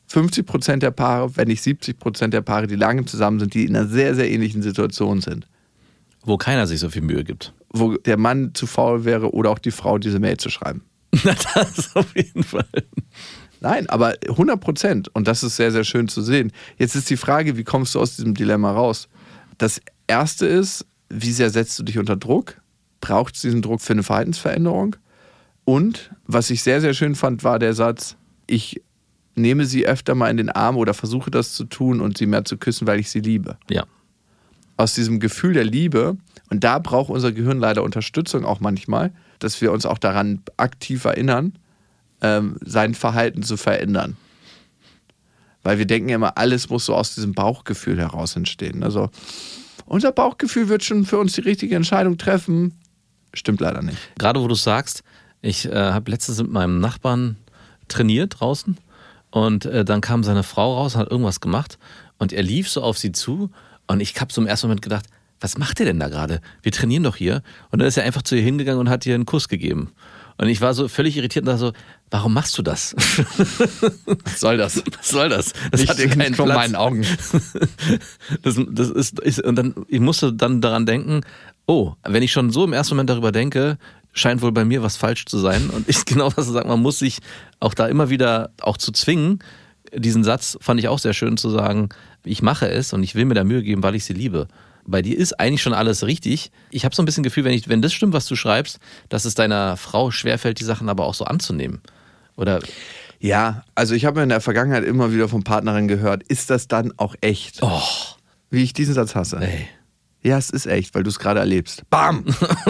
50% der Paare, wenn nicht 70% der Paare, die lange zusammen sind, die in einer sehr, sehr ähnlichen Situation sind. Wo keiner sich so viel Mühe gibt. Wo der Mann zu faul wäre oder auch die Frau, diese Mail zu schreiben. Na, das auf jeden Fall. Nein, aber 100%. Und das ist sehr, sehr schön zu sehen. Jetzt ist die Frage, wie kommst du aus diesem Dilemma raus? Das Erste ist, wie sehr setzt du dich unter Druck? Braucht es diesen Druck für eine Verhaltensveränderung? Und was ich sehr, sehr schön fand, war der Satz, ich nehme sie öfter mal in den Arm oder versuche das zu tun und sie mehr zu küssen, weil ich sie liebe. Ja. Aus diesem Gefühl der Liebe, und da braucht unser Gehirn leider Unterstützung auch manchmal, dass wir uns auch daran aktiv erinnern, sein Verhalten zu verändern. Weil wir denken ja immer, alles muss so aus diesem Bauchgefühl heraus entstehen. Also unser Bauchgefühl wird schon für uns die richtige Entscheidung treffen. Stimmt leider nicht. Gerade wo du es sagst, ich habe letztens mit meinem Nachbarn trainiert draußen und dann kam seine Frau raus und hat irgendwas gemacht und er lief so auf sie zu und ich habe so im ersten Moment gedacht, was macht ihr denn da gerade? Wir trainieren doch hier. Und dann ist er einfach zu ihr hingegangen und hat ihr einen Kuss gegeben. Und ich war so völlig irritiert und dachte so, warum machst du das? Was soll das? Was soll das? Das Nicht, hat ja keinen von Platz. meinen Augen. Das ist, und dann, ich musste dann daran denken, oh, wenn ich schon so im ersten Moment darüber denke, scheint wohl bei mir was falsch zu sein. Und ich genau was du sagst, man muss sich auch da immer wieder auch zu zwingen. Diesen Satz fand ich auch sehr schön zu sagen, ich mache es und ich will mir da Mühe geben, weil ich sie liebe. Bei dir ist eigentlich schon alles richtig. Ich habe so ein bisschen Gefühl, wenn das stimmt, was du schreibst, dass es deiner Frau schwerfällt, die Sachen aber auch so anzunehmen. Oder? Ja, also ich habe in der Vergangenheit immer wieder von Partnerinnen gehört, ist das dann auch echt? Oh. Wie ich diesen Satz hasse. Ey. Ja, es ist echt, weil du es gerade erlebst. Bam!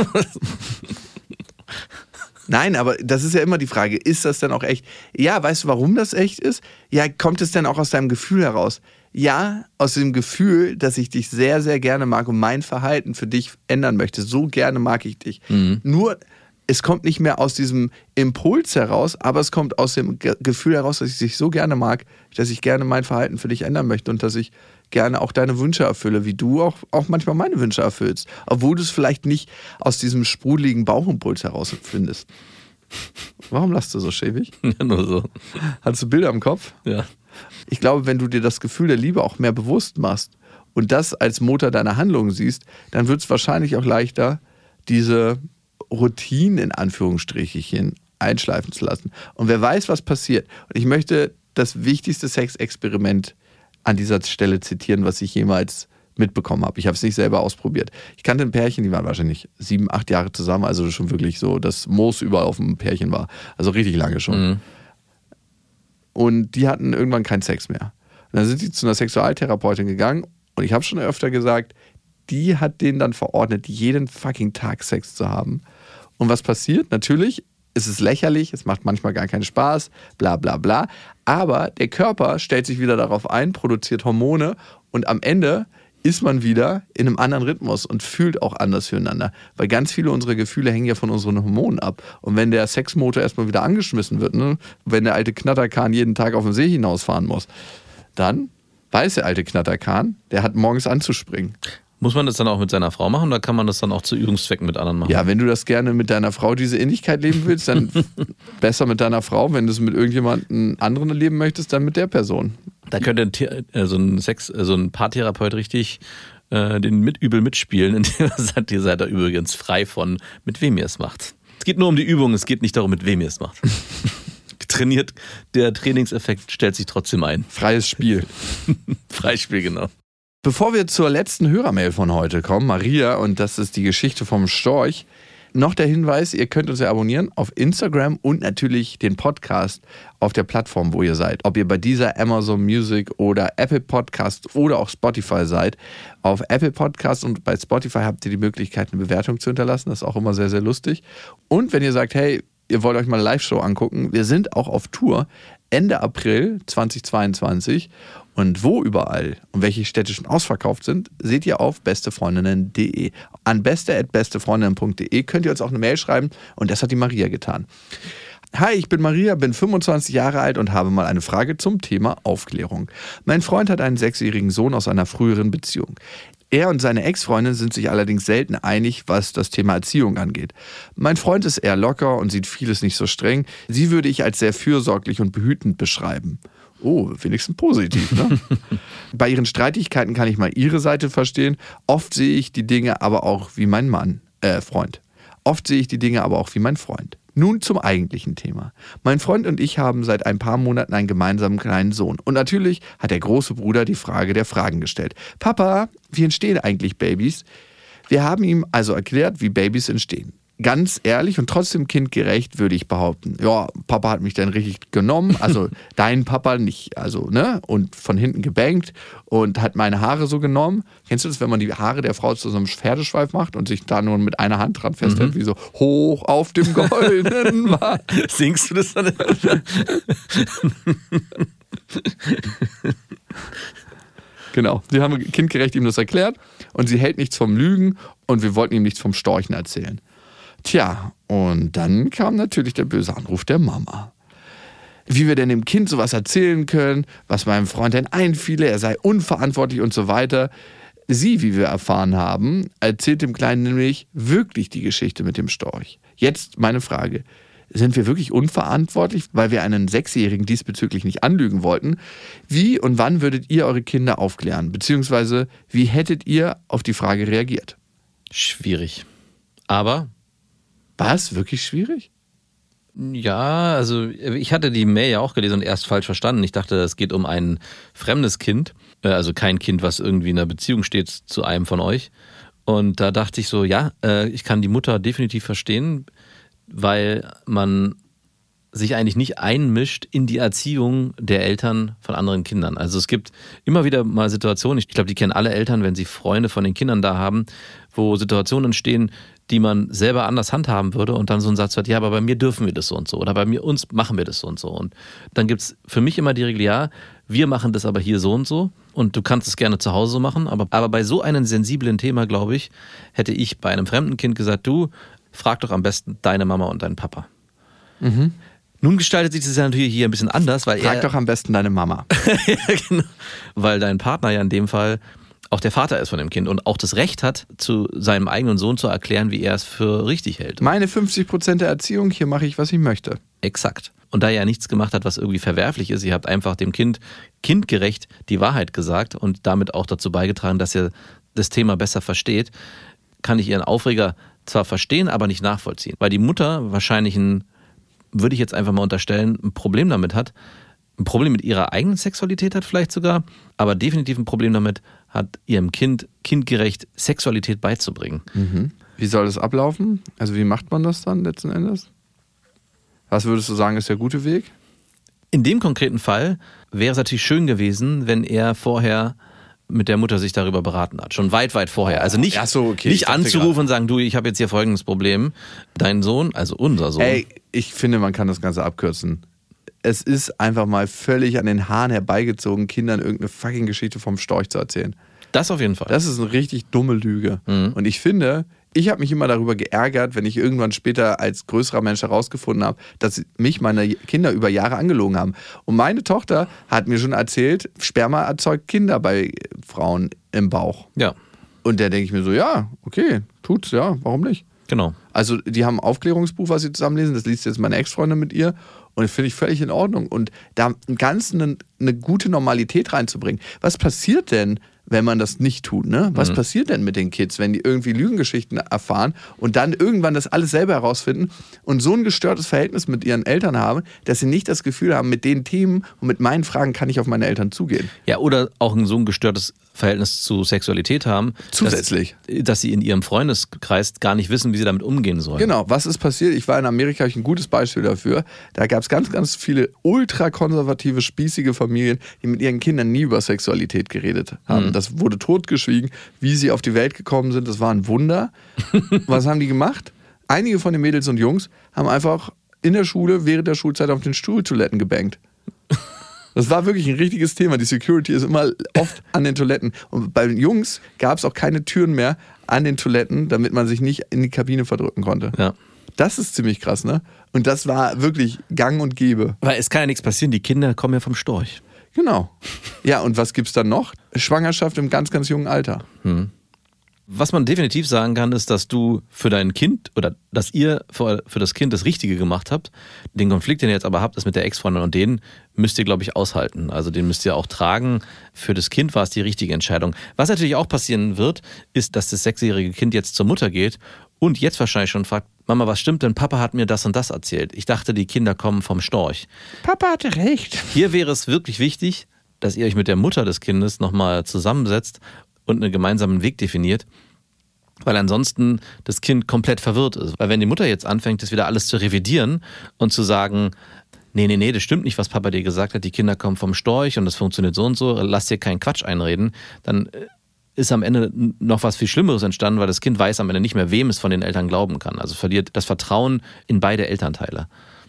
Nein, aber das ist ja immer die Frage, ist das denn auch echt? Ja, weißt du, warum das echt ist? Ja, kommt es denn auch aus deinem Gefühl heraus? Ja, aus dem Gefühl, dass ich dich sehr, sehr gerne mag und mein Verhalten für dich ändern möchte. So gerne mag ich dich. Nur, es kommt nicht mehr aus diesem Impuls heraus, aber es kommt aus dem Gefühl heraus, dass ich dich so gerne mag, dass ich gerne mein Verhalten für dich ändern möchte und dass ich gerne auch deine Wünsche erfülle, wie du auch manchmal meine Wünsche erfüllst. Obwohl du es vielleicht nicht aus diesem sprudeligen Bauchimpuls heraus findest. Warum lachst du so schäbig? Ja, nur so. Hast du Bilder im Kopf? Ja. Ich glaube, wenn du dir das Gefühl der Liebe auch mehr bewusst machst und das als Motor deiner Handlung siehst, dann wird es wahrscheinlich auch leichter, diese Routinen in Anführungsstrichen einschleifen zu lassen. Und wer weiß, was passiert. Und ich möchte das wichtigste Sexexperiment an dieser Stelle zitieren, was ich jemals mitbekommen habe. Ich habe es nicht selber ausprobiert. Ich kannte ein Pärchen, die waren wahrscheinlich 7, 8 Jahre zusammen, also schon wirklich so, dass Moos überall auf dem Pärchen war. Also richtig lange schon. Mhm. Und die hatten irgendwann keinen Sex mehr. Und dann sind die zu einer Sexualtherapeutin gegangen und ich habe schon öfter gesagt, die hat denen dann verordnet, jeden fucking Tag Sex zu haben. Und was passiert? Natürlich ist es lächerlich, es macht manchmal gar keinen Spaß, bla bla bla. Aber der Körper stellt sich wieder darauf ein, produziert Hormone und am Ende ist man wieder in einem anderen Rhythmus und fühlt auch anders füreinander. Weil ganz viele unserer Gefühle hängen ja von unseren Hormonen ab. Und wenn der Sexmotor erstmal wieder angeschmissen wird, ne, wenn der alte Knatterkahn jeden Tag auf den See hinausfahren muss, dann weiß der alte Knatterkahn, der hat morgens anzuspringen. Muss man das dann auch mit seiner Frau machen oder kann man das dann auch zu Übungszwecken mit anderen machen? Ja, wenn du das gerne mit deiner Frau diese Ähnlichkeit leben willst, dann besser mit deiner Frau. Wenn du es mit irgendjemandem anderen leben möchtest, dann mit der Person. Da könnte so ein Paartherapeut richtig den übel mitspielen, indem er sagt, ihr seid da übrigens frei von, mit wem ihr es macht. Es geht nur um die Übung, es geht nicht darum, mit wem ihr es macht. Trainiert, der Trainingseffekt stellt sich trotzdem ein. Freies Spiel. Freispiel, genau. Bevor wir zur letzten Hörermail von heute kommen, Maria, und das ist die Geschichte vom Storch, noch der Hinweis, ihr könnt uns ja abonnieren auf Instagram und natürlich den Podcast auf der Plattform, wo ihr seid. Ob ihr bei dieser Amazon Music oder Apple Podcast oder auch Spotify seid. Auf Apple Podcast und bei Spotify habt ihr die Möglichkeit, eine Bewertung zu hinterlassen. Das ist auch immer sehr, sehr lustig. Und wenn ihr sagt, hey, ihr wollt euch mal eine Live-Show angucken, wir sind auch auf Tour Ende April 2022. Und wo überall und welche Städte schon ausverkauft sind, seht ihr auf bestefreundinnen.de. An beste@bestefreundinnen.de könnt ihr uns auch eine Mail schreiben und das hat die Maria getan. Hi, ich bin Maria, bin 25 Jahre alt und habe mal eine Frage zum Thema Aufklärung. Mein Freund hat einen 6-jährigen Sohn aus einer früheren Beziehung. Er und seine Ex-Freundin sind sich allerdings selten einig, was das Thema Erziehung angeht. Mein Freund ist eher locker und sieht vieles nicht so streng. Sie würde ich als sehr fürsorglich und behütend beschreiben. Oh, wenigstens positiv, ne? Bei ihren Streitigkeiten kann ich mal ihre Seite verstehen. Oft sehe ich die Dinge aber auch wie mein Freund. Oft sehe ich die Dinge aber auch wie mein Freund. Nun zum eigentlichen Thema. Mein Freund und ich haben seit ein paar Monaten einen gemeinsamen kleinen Sohn. Und natürlich hat der große Bruder die Frage der Fragen gestellt. Papa, wie entstehen eigentlich Babys? Wir haben ihm also erklärt, wie Babys entstehen. Ganz ehrlich und trotzdem kindgerecht würde ich behaupten, ja, Papa hat mich dann richtig genommen, also dein Papa nicht, also, ne, und von hinten gebankt und hat meine Haare so genommen. Kennst du das, wenn man die Haare der Frau zu so einem Pferdeschweif macht und sich da nur mit einer Hand dran festhält, wie so hoch auf dem goldenen Wagen? Singst du das dann? Genau, sie haben kindgerecht ihm das erklärt und sie hält nichts vom Lügen und wir wollten ihm nichts vom Storchen erzählen. Tja, und dann kam natürlich der böse Anruf der Mama. Wie wir denn dem Kind sowas erzählen können, was meinem Freund denn einfiele, er sei unverantwortlich und so weiter. Sie, wie wir erfahren haben, erzählt dem Kleinen nämlich wirklich die Geschichte mit dem Storch. Jetzt meine Frage. Sind wir wirklich unverantwortlich, weil wir einen 6-Jährigen diesbezüglich nicht anlügen wollten? Wie und wann würdet ihr eure Kinder aufklären? Beziehungsweise, wie hättet ihr auf die Frage reagiert? Schwierig. Aber... War es wirklich schwierig? Ja, also ich hatte die Mail ja auch gelesen und erst falsch verstanden. Ich dachte, es geht um ein fremdes Kind, also kein Kind, was irgendwie in einer Beziehung steht zu einem von euch. Und da dachte ich so, ja, ich kann die Mutter definitiv verstehen, weil man sich eigentlich nicht einmischt in die Erziehung der Eltern von anderen Kindern. Also es gibt immer wieder mal Situationen, ich glaube, die kennen alle Eltern, wenn sie Freunde von den Kindern da haben, wo Situationen entstehen, die man selber anders handhaben würde und dann so ein Satz hört, ja, aber bei mir dürfen wir das so und so oder bei uns machen wir das so und so. Und dann gibt es für mich immer die Regel, ja, wir machen das aber hier so und so und du kannst es gerne zu Hause so machen, aber bei so einem sensiblen Thema, glaube ich, hätte ich bei einem fremden Kind gesagt, du, frag doch am besten deine Mama und deinen Papa. Mhm. Nun gestaltet sich das ja natürlich hier ein bisschen anders, weil frag doch am besten deine Mama. Ja, genau. Weil dein Partner ja in dem Fall auch der Vater ist von dem Kind und auch das Recht hat, zu seinem eigenen Sohn zu erklären, wie er es für richtig hält. Meine 50% der Erziehung, hier mache ich, was ich möchte. Exakt. Und da er nichts gemacht hat, was irgendwie verwerflich ist, ihr habt einfach dem Kind kindgerecht die Wahrheit gesagt und damit auch dazu beigetragen, dass er das Thema besser versteht, kann ich ihren Aufreger zwar verstehen, aber nicht nachvollziehen. Weil die Mutter wahrscheinlich würde ich jetzt einfach mal unterstellen, ein Problem damit hat, ein Problem mit ihrer eigenen Sexualität hat vielleicht sogar, aber definitiv ein Problem damit hat, ihrem Kind kindgerecht Sexualität beizubringen. Mhm. Wie soll das ablaufen? Also wie macht man das dann letzten Endes? Was würdest du sagen, ist der gute Weg? In dem konkreten Fall wäre es natürlich schön gewesen, wenn er vorher mit der Mutter sich darüber beraten hat. Schon weit, weit vorher. Also nicht, nicht anzurufen und sagen, du, ich habe jetzt hier folgendes Problem. Dein Sohn, also unser Sohn. Ey, ich finde, man kann das Ganze abkürzen. Es ist einfach mal völlig an den Haaren herbeigezogen, Kindern irgendeine fucking Geschichte vom Storch zu erzählen. Das auf jeden Fall. Das ist eine richtig dumme Lüge. Mhm. Und ich finde, ich habe mich immer darüber geärgert, wenn ich irgendwann später als größerer Mensch herausgefunden habe, dass mich meine Kinder über Jahre angelogen haben. Und meine Tochter hat mir schon erzählt, Sperma erzeugt Kinder bei Frauen im Bauch. Ja. Und da denke ich mir so, ja, okay, tut's, ja, warum nicht? Genau. Also die haben ein Aufklärungsbuch, was sie zusammenlesen, das liest jetzt meine Ex-Freundin mit ihr und das finde ich völlig in Ordnung. Und da eine gute Normalität reinzubringen. Was passiert denn, wenn man das nicht tut, ne? Was passiert denn mit den Kids, wenn die irgendwie Lügengeschichten erfahren und dann irgendwann das alles selber herausfinden und so ein gestörtes Verhältnis mit ihren Eltern haben, dass sie nicht das Gefühl haben, mit den Themen und mit meinen Fragen kann ich auf meine Eltern zugehen. Ja, oder auch so ein gestörtes Verhältnis zu Sexualität haben. Zusätzlich. Dass sie in ihrem Freundeskreis gar nicht wissen, wie sie damit umgehen sollen. Genau, was ist passiert? Ich war in Amerika, habe ich ein gutes Beispiel dafür. Da gab es ganz, ganz viele ultrakonservative, spießige Familien, die mit ihren Kindern nie über Sexualität geredet haben. Das wurde totgeschwiegen, wie sie auf die Welt gekommen sind. Das war ein Wunder. Was haben die gemacht? Einige von den Mädels und Jungs haben einfach in der Schule während der Schulzeit auf den Stuhltoiletten gebankt. Das war wirklich ein richtiges Thema. Die Security ist immer oft an den Toiletten. Und bei den Jungs gab es auch keine Türen mehr an den Toiletten, damit man sich nicht in die Kabine verdrücken konnte. Ja. Das ist ziemlich krass, ne? Und das war wirklich gang und gäbe. Weil es kann ja nichts passieren, die Kinder kommen ja vom Storch. Genau. Ja, und was gibt's dann noch? Schwangerschaft im ganz, ganz jungen Alter. Was man definitiv sagen kann, ist, dass du für dein Kind oder dass ihr für das Kind das Richtige gemacht habt. Den Konflikt, den ihr jetzt aber habt, ist mit der Ex-Freundin und den müsst ihr, glaube ich, aushalten. Also den müsst ihr auch tragen. Für das Kind war es die richtige Entscheidung. Was natürlich auch passieren wird, ist, dass das 6-jährige Kind jetzt zur Mutter geht und jetzt wahrscheinlich schon fragt, Mama, was stimmt denn? Papa hat mir das und das erzählt. Ich dachte, die Kinder kommen vom Storch. Papa hatte recht. Hier wäre es wirklich wichtig, dass ihr euch mit der Mutter des Kindes nochmal zusammensetzt und einen gemeinsamen Weg definiert, weil ansonsten das Kind komplett verwirrt ist. Weil wenn die Mutter jetzt anfängt, das wieder alles zu revidieren und zu sagen, nee, das stimmt nicht, was Papa dir gesagt hat, die Kinder kommen vom Storch und das funktioniert so und so, lass dir keinen Quatsch einreden, dann ist am Ende noch was viel Schlimmeres entstanden, weil das Kind weiß am Ende nicht mehr, wem es von den Eltern glauben kann. Also verliert das Vertrauen in beide Elternteile.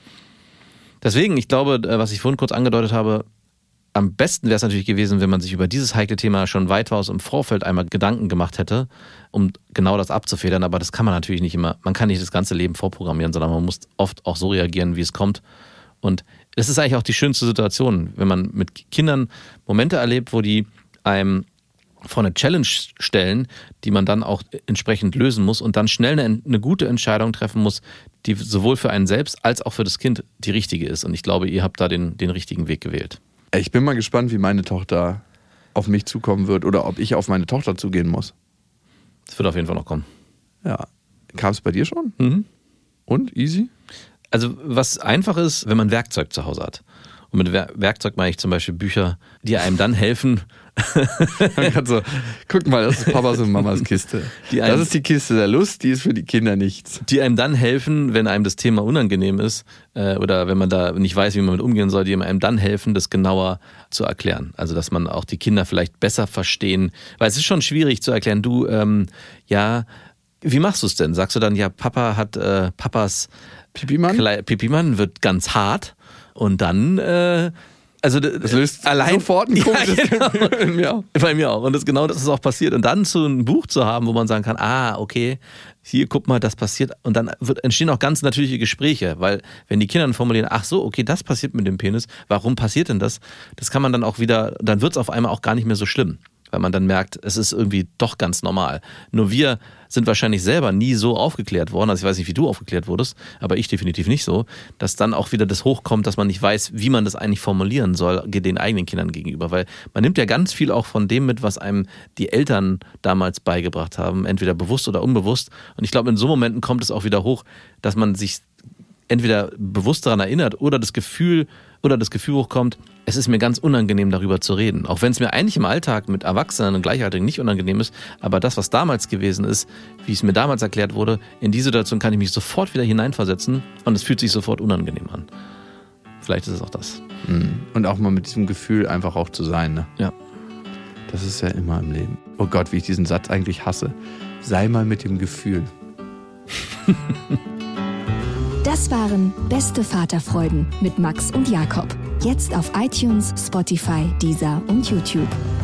Deswegen, ich glaube, was ich vorhin kurz angedeutet habe, am besten wäre es natürlich gewesen, wenn man sich über dieses heikle Thema schon weitaus im Vorfeld einmal Gedanken gemacht hätte, um genau das abzufedern. Aber das kann man natürlich nicht immer. Man kann nicht das ganze Leben vorprogrammieren, sondern man muss oft auch so reagieren, wie es kommt. Und das ist eigentlich auch die schönste Situation, wenn man mit Kindern Momente erlebt, wo die einem vor eine Challenge stellen, die man dann auch entsprechend lösen muss und dann schnell eine gute Entscheidung treffen muss, die sowohl für einen selbst als auch für das Kind die richtige ist. Und ich glaube, ihr habt da den richtigen Weg gewählt. Ich bin mal gespannt, wie meine Tochter auf mich zukommen wird oder ob ich auf meine Tochter zugehen muss. Das wird auf jeden Fall noch kommen. Ja. Kam es bei dir schon? Mhm. Und? Easy? Also was einfach ist, wenn man Werkzeug zu Hause hat. Und mit Werkzeug meine ich zum Beispiel Bücher, die einem dann helfen. Man kann so, guck mal, das ist Papas und Mamas Kiste. Das ist die Kiste der Lust, die ist für die Kinder nichts. Die einem dann helfen, wenn einem das Thema unangenehm ist oder wenn man da nicht weiß, wie man mit umgehen soll, die einem dann helfen, das genauer zu erklären. Also dass man auch die Kinder vielleicht besser verstehen. Weil es ist schon schwierig zu erklären, du, wie machst du es denn? Sagst du dann, ja, Papa hat Papas Pipi-Mann wird ganz hart und dann also das löst allein sofort einen Punkt. Ja, genau. Bei mir auch. Und das ist auch passiert. Und dann so ein Buch zu haben, wo man sagen kann, okay, hier, guck mal, das passiert. Und dann entstehen auch ganz natürliche Gespräche, weil wenn die Kinder dann formulieren, ach so, okay, das passiert mit dem Penis, warum passiert denn das? Das kann man dann auch wieder, dann wird es auf einmal auch gar nicht mehr so schlimm. Weil man dann merkt, es ist irgendwie doch ganz normal. Nur wir sind wahrscheinlich selber nie so aufgeklärt worden, also ich weiß nicht, wie du aufgeklärt wurdest, aber ich definitiv nicht so, dass dann auch wieder das hochkommt, dass man nicht weiß, wie man das eigentlich formulieren soll den eigenen Kindern gegenüber, weil man nimmt ja ganz viel auch von dem mit, was einem die Eltern damals beigebracht haben, entweder bewusst oder unbewusst, und ich glaube, in so Momenten kommt es auch wieder hoch, dass man sich entweder bewusst daran erinnert oder das Gefühl hochkommt, es ist mir ganz unangenehm, darüber zu reden. Auch wenn es mir eigentlich im Alltag mit Erwachsenen und Gleichaltrigen nicht unangenehm ist, aber das, was damals gewesen ist, wie es mir damals erklärt wurde, in die Situation kann ich mich sofort wieder hineinversetzen und es fühlt sich sofort unangenehm an. Vielleicht ist es auch das. Und auch mal mit diesem Gefühl einfach auch zu sein, ne? Ja. Das ist ja immer im Leben. Oh Gott, wie ich diesen Satz eigentlich hasse. Sei mal mit dem Gefühl. Das waren Beste Vaterfreuden mit Max und Jakob. Jetzt auf iTunes, Spotify, Deezer und YouTube.